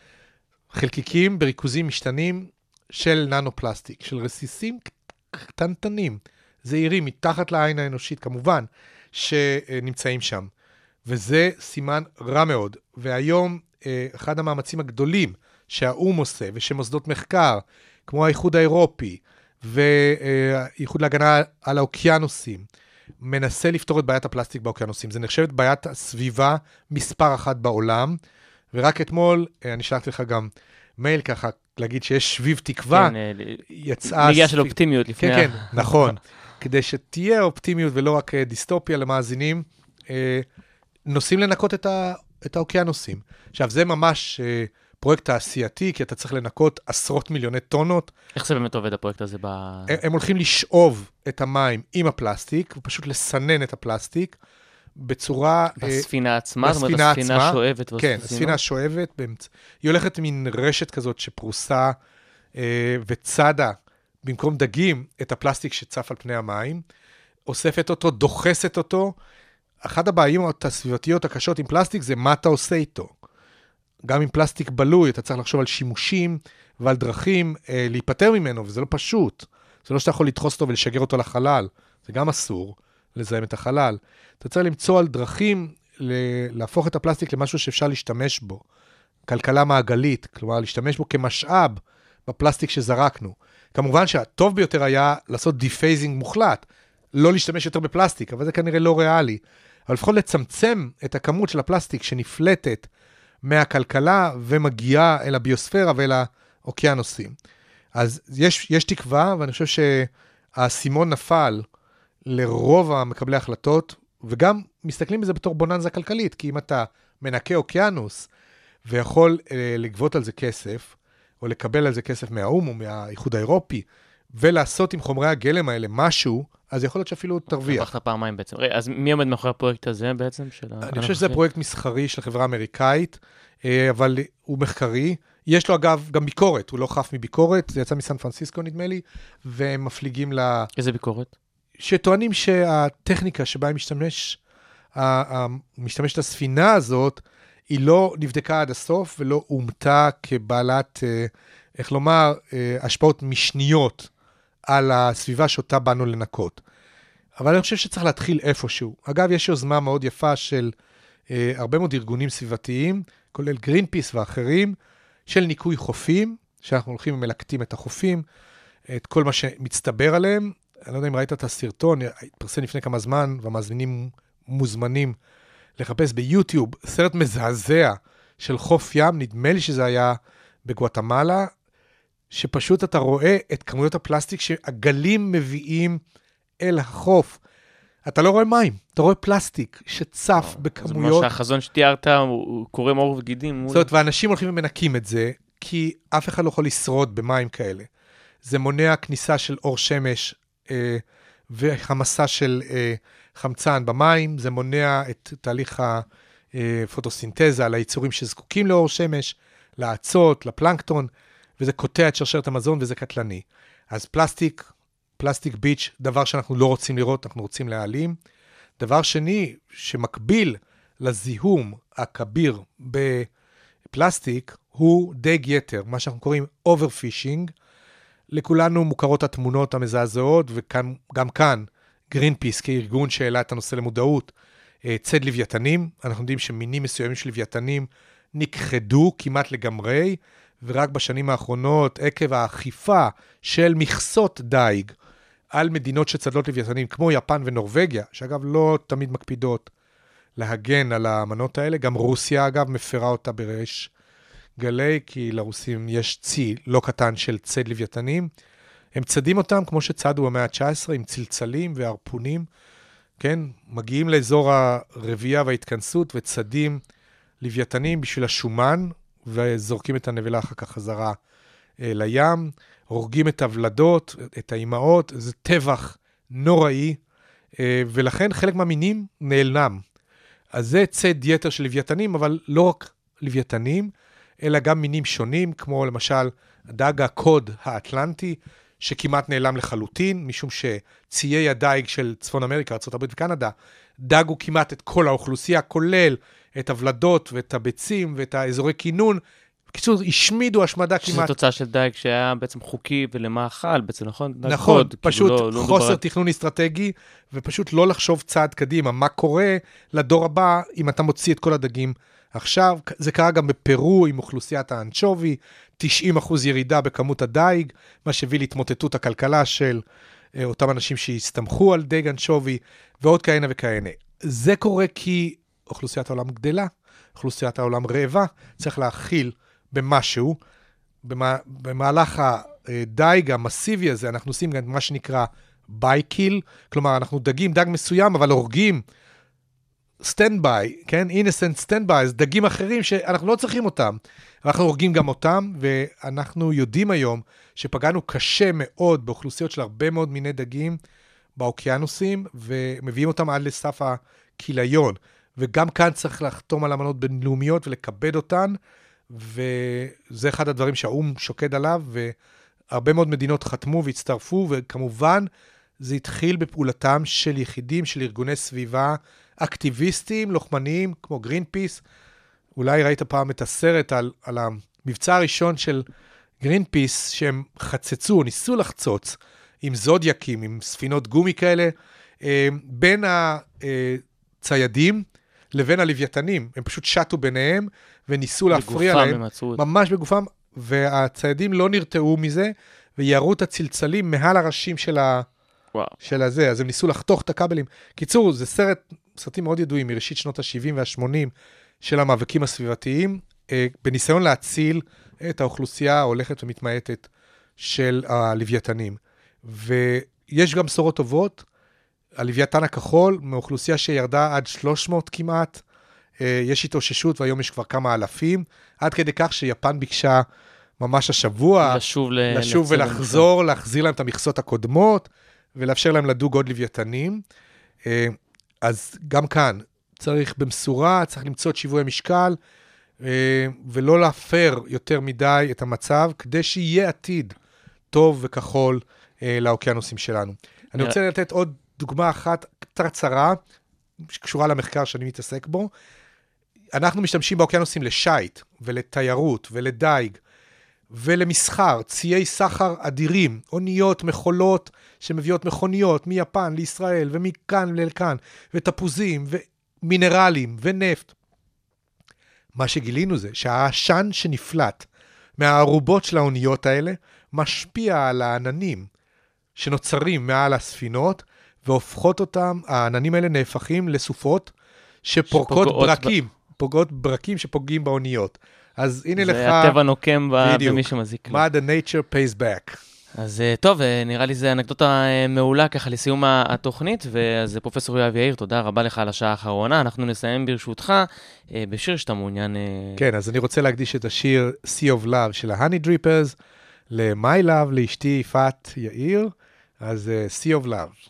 חלקיקים בריכוזים משתנים של ננו-פלסטיק, של רסיסים קטנטנים, זעירים, מתחת לעין האנושית, כמובן, שנמצאים שם. וזה סימן רע מאוד. והיום, אחד המאמצים הגדולים שהאום עושה, ושמוסדות מחקר, כמו האיחוד האירופי, והאיחוד להגנה על האוקיינוסים, מנסה לפתור את בעיית הפלסטיק באוקיינוסים. זה נחשבת בעיית הסביבה מספר אחת בעולם, ורק אתמול, אני שלחתי לך גם מייל ככה, להגיד שיש שביב תקווה, יצאה... נגיעה של אופטימיות לפני... כן, כן, נכון. כדי שתהיה אופטימיות ולא רק דיסטופיה למאזינים, נוסעים לנקות את האוקיינוסים. עכשיו, זה ממש פרויקט תעשייתי, כי אתה צריך לנקות עשרות מיליוני טונות. איך זה באמת עובד הפרויקט הזה? הם הולכים לשאוב את המים עם הפלסטיק, ופשוט לסנן את הפלסטיק, בצורה... בספינה עצמה? זאת אומרת, הספינה שואבת. כן, הספינה שואבת. היא הולכת מין רשת כזאת שפרוסה וצדה, במקום דגים, את הפלסטיק שצף על פני המים, אוספת אותו, דוחסת אותו, אחת הבעיות הסביבתיות הקשות עם פלסטיק זה מה אתה עושה איתו. גם עם פלסטיק בלוי, אתה צריך לחשוב על שימושים ועל דרכים אה, להיפטר ממנו, וזה לא פשוט. זה לא שאתה יכול לדחוס אותו ולשגר אותו לחלל, זה גם אסור לזהם את החלל. אתה צריך למצוא על דרכים ל- להפוך את הפלסטיק למשהו שאפשר להשתמש בו. כלכלה מעגלית, כלומר להשתמש בו כמשאב בפלסטיק שזרקנו. כמובן שהטוב ביותר היה לעשות דיפייזינג מוחלט, לא להשתמש יותר בפלסטיק, אבל זה כנראה לא ריאלי. אבל לפחות לצמצם את הכמות של הפלסטיק שנפלטת מהכלכלה ומגיעה אל הביוספירה ואל האוקיינוסים. אז יש, יש תקווה, ואני חושב שהסימון נפל לרוב המקבלי ההחלטות, וגם מסתכלים בזה בתור בוננזה כלכלית, כי אם אתה מנקה אוקיינוס ויכול אה, לגבות על זה כסף, או לקבל על זה כסף מהאום או מהאיחוד האירופי, ולעשות עם חומרי הגלם האלה משהו, אז יכול להיות שאפילו תרוויח. הרווחת פעמיים בעצם. אז מי עומד מאחורי הפרויקט הזה בעצם? אני חושב שזה פרויקט מסחרי של החברה האמריקאית, אבל הוא מחקרי. יש לו אגב גם ביקורת, הוא לא חף מביקורת, זה יצא מסן פרנסיסקו נדמה לי, והם מפליגים ל... איזה ביקורת? שטוענים שהטכניקה שבה הם משתמש, משתמשת הספינה הזאת, היא לא נבדקה עד הסוף ולא אומתה כבעלת, איך לומר, השפעות משניות על הסביבה שאותה באנו לנקות. אבל אני חושב שצריך להתחיל איפשהו. אגב, יש יוזמה מאוד יפה של אה, הרבה מאוד ארגונים סביבתיים, כולל גרינפיס ואחרים, של ניקוי חופים, שאנחנו הולכים ומלקטים את החופים, את כל מה שמצטבר עליהם. אני לא יודע אם ראית את הסרטון, התפרסם לפני כמה זמן, והמאזינים מוזמנים לחפש ביוטיוב, סרט מזעזע של חוף ים, נדמה לי שזה היה בגואטמלה, שפשוט אתה רואה את כמויות הפלסטיק שהגלים מביאים אל החוף. אתה לא רואה מים, אתה רואה פלסטיק שצף בכמויות. זאת אומרת שהחזון שתיארת הוא קורא מאור וגידים. זאת אומרת, ואנשים הולכים ומנקים את זה, כי אף אחד לא יכול לשרוד במים כאלה. זה מונע כניסה של אור שמש אה, והמסה של אה, חמצן במים, זה מונע את תהליך הפוטוסינתזה על היצורים שזקוקים לאור שמש, לעצות, לפלנקטון, וזה קוטע את שרשרת המזון וזה קטלני. אז פלסטיק, פלסטיק ביץ', דבר שאנחנו לא רוצים לראות, אנחנו רוצים להעלים. דבר שני, שמקביל לזיהום הכביר בפלסטיק, הוא דג יתר, מה שאנחנו קוראים overfishing. לכולנו מוכרות התמונות המזעזעות, וגם כאן, גרינפיס כארגון שהעלה את הנושא למודעות, צד לוויתנים. אנחנו יודעים שמינים מסוימים של לוויתנים נכחדו כמעט לגמרי, ורק בשנים האחרונות, עקב האכיפה של מכסות דייג על מדינות שצדלות לוויתנים, כמו יפן ונורווגיה, שאגב לא תמיד מקפידות להגן על האמנות האלה, גם רוסיה אגב מפרה אותה ברש גלי, כי לרוסים יש צי לא קטן של צד לוויתנים, הם צדים אותם כמו שצדו במאה ה-תשע עשרה, עם צלצלים והרפונים, כן, מגיעים לאזור הרבייה וההתכנסות וצדים לוויתנים בשביל השומן, וזורקים את הנבלה אחר כך חזרה אה, לים, הורגים את הוולדות, את האימהות, זה טבח נוראי, אה, ולכן חלק מהמינים נעלם. אז זה צד יתר של לוויתנים, אבל לא רק לוויתנים, אלא גם מינים שונים, כמו למשל דג הקוד האטלנטי, שכמעט נעלם לחלוטין, משום שציי הדייג של צפון אמריקה, ארצות הברית וקנדה, דגו כמעט את כל האוכלוסייה, כולל את הוולדות ואת הביצים ואת האזורי כינון. בקיצור, השמידו השמדה כמעט. שזו תוצאה של דייג שהיה בעצם חוקי ולמאכל, בעצם נכון? נכון, קוד, פשוט כאילו לא, לא חוסר מדובר... תכנון אסטרטגי, ופשוט לא לחשוב צעד קדימה, מה קורה לדור הבא אם אתה מוציא את כל הדגים עכשיו. זה קרה גם בפרו עם אוכלוסיית האנצ'ובי, תשעים אחוז ירידה בכמות הדייג, מה שהביא להתמוטטות הכלכלה של אה, אותם אנשים שהסתמכו על דייג אנצ'ובי, ועוד כהנה וכהנה. זה קורה כי אוכלוסיית העולם גדלה, אוכלוסיית העולם רעבה, צריך להכיל במשהו. במה, במהלך הדייג המסיבי הזה, אנחנו עושים גם מה שנקרא ביי-קיל, כלומר, אנחנו דגים דג מסוים, אבל הורגים סטנד-ביי, כן? innocent סטנד-ביי, אז דגים אחרים שאנחנו לא צריכים אותם. אנחנו הורגים גם אותם, ואנחנו יודעים היום שפגענו קשה מאוד באוכלוסיות של הרבה מאוד מיני דגים באוקיינוסים, ומביאים אותם עד לסף הכיליון. וגם כאן צריך לחתום על אמנות בינלאומיות ולקבד אותן, וזה אחד הדברים שהאום שוקד עליו, והרבה מאוד מדינות חתמו והצטרפו, וכמובן זה התחיל בפעולתם של יחידים, של ארגוני סביבה אקטיביסטים, לוחמניים, כמו גרינפיס. אולי ראית פעם את הסרט על, על המבצע הראשון של גרינפיס, שהם חצצו, ניסו לחצוץ, עם זודיאקים, עם ספינות גומי כאלה, בין הציידים לבין הלוויתנים. הם פשוט שטו ביניהם, וניסו להפריע להם. ממש בגופם, והציידים לא נרתעו מזה, וירו את הצלצלים מעל הראשים של, ה... של הזה. אז הם ניסו לחתוך את הכבלים. קיצור, זה סרט, סרטים מאוד ידועים, מראשית שנות ה-שבעים וה-שמונים של המאבקים הסביבתיים, בניסיון להציל את האוכלוסייה ההולכת ומתמעטת של הלוויתנים. ויש גם בשורות טובות, הלוויתן הכחול, מאוכלוסייה שירדה עד שלוש מאות כמעט, יש התאוששות והיום יש כבר כמה אלפים, עד כדי כך שיפן ביקשה ממש השבוע, לשוב, ל- לשוב ולחזור, למצוא. להחזיר להם את המכסות הקודמות, ולאפשר להם לדוג עוד לוויתנים. אז גם כאן, צריך במסורה, צריך למצוא את שיווי המשקל, ולא להפר יותר מדי את המצב, כדי שיהיה עתיד טוב וכחול לאוקיינוסים שלנו. אני רוצה לתת עוד דוגמה אחת קצרה, שקשורה למחקר שאני מתעסק בו. אנחנו משתמשים באוקיינוסים לשייט, ולתיירות, ולדייג, ולמסחר, ציי סחר אדירים, אוניות, מכולות, שמביאות מכוניות מיפן לישראל, ומכאן לכאן, ותפוזים, ומינרלים, ונפט. מה שגילינו זה שהעשן שנפלט מהערובות של האוניות האלה, משפיע על העננים שנוצרים מעל הספינות, והופכות אותם, העננים האלה נהפכים לסופות, שפורקות ברקים, ב... פוגעות ברקים שפוגעים באוניות. אז הנה זה לך... זה הטבע נוקם במי שמזיק לו. Mother Nature pays back. אז טוב, נראה לי זה אנקדוטה מעולה ככה לסיום התוכנית, ואז פרופסור יואב יאיר, תודה רבה לך על השעה האחרונה. אנחנו נסיים ברשותך בשיר שאתה מעוניין... כן, אז אני רוצה להקדיש את השיר Sea of Love של ה-Honey Drippers, ל-My Love, לאשתי יפעת יאיר, אז Sea of Love.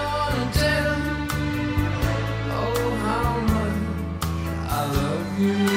you.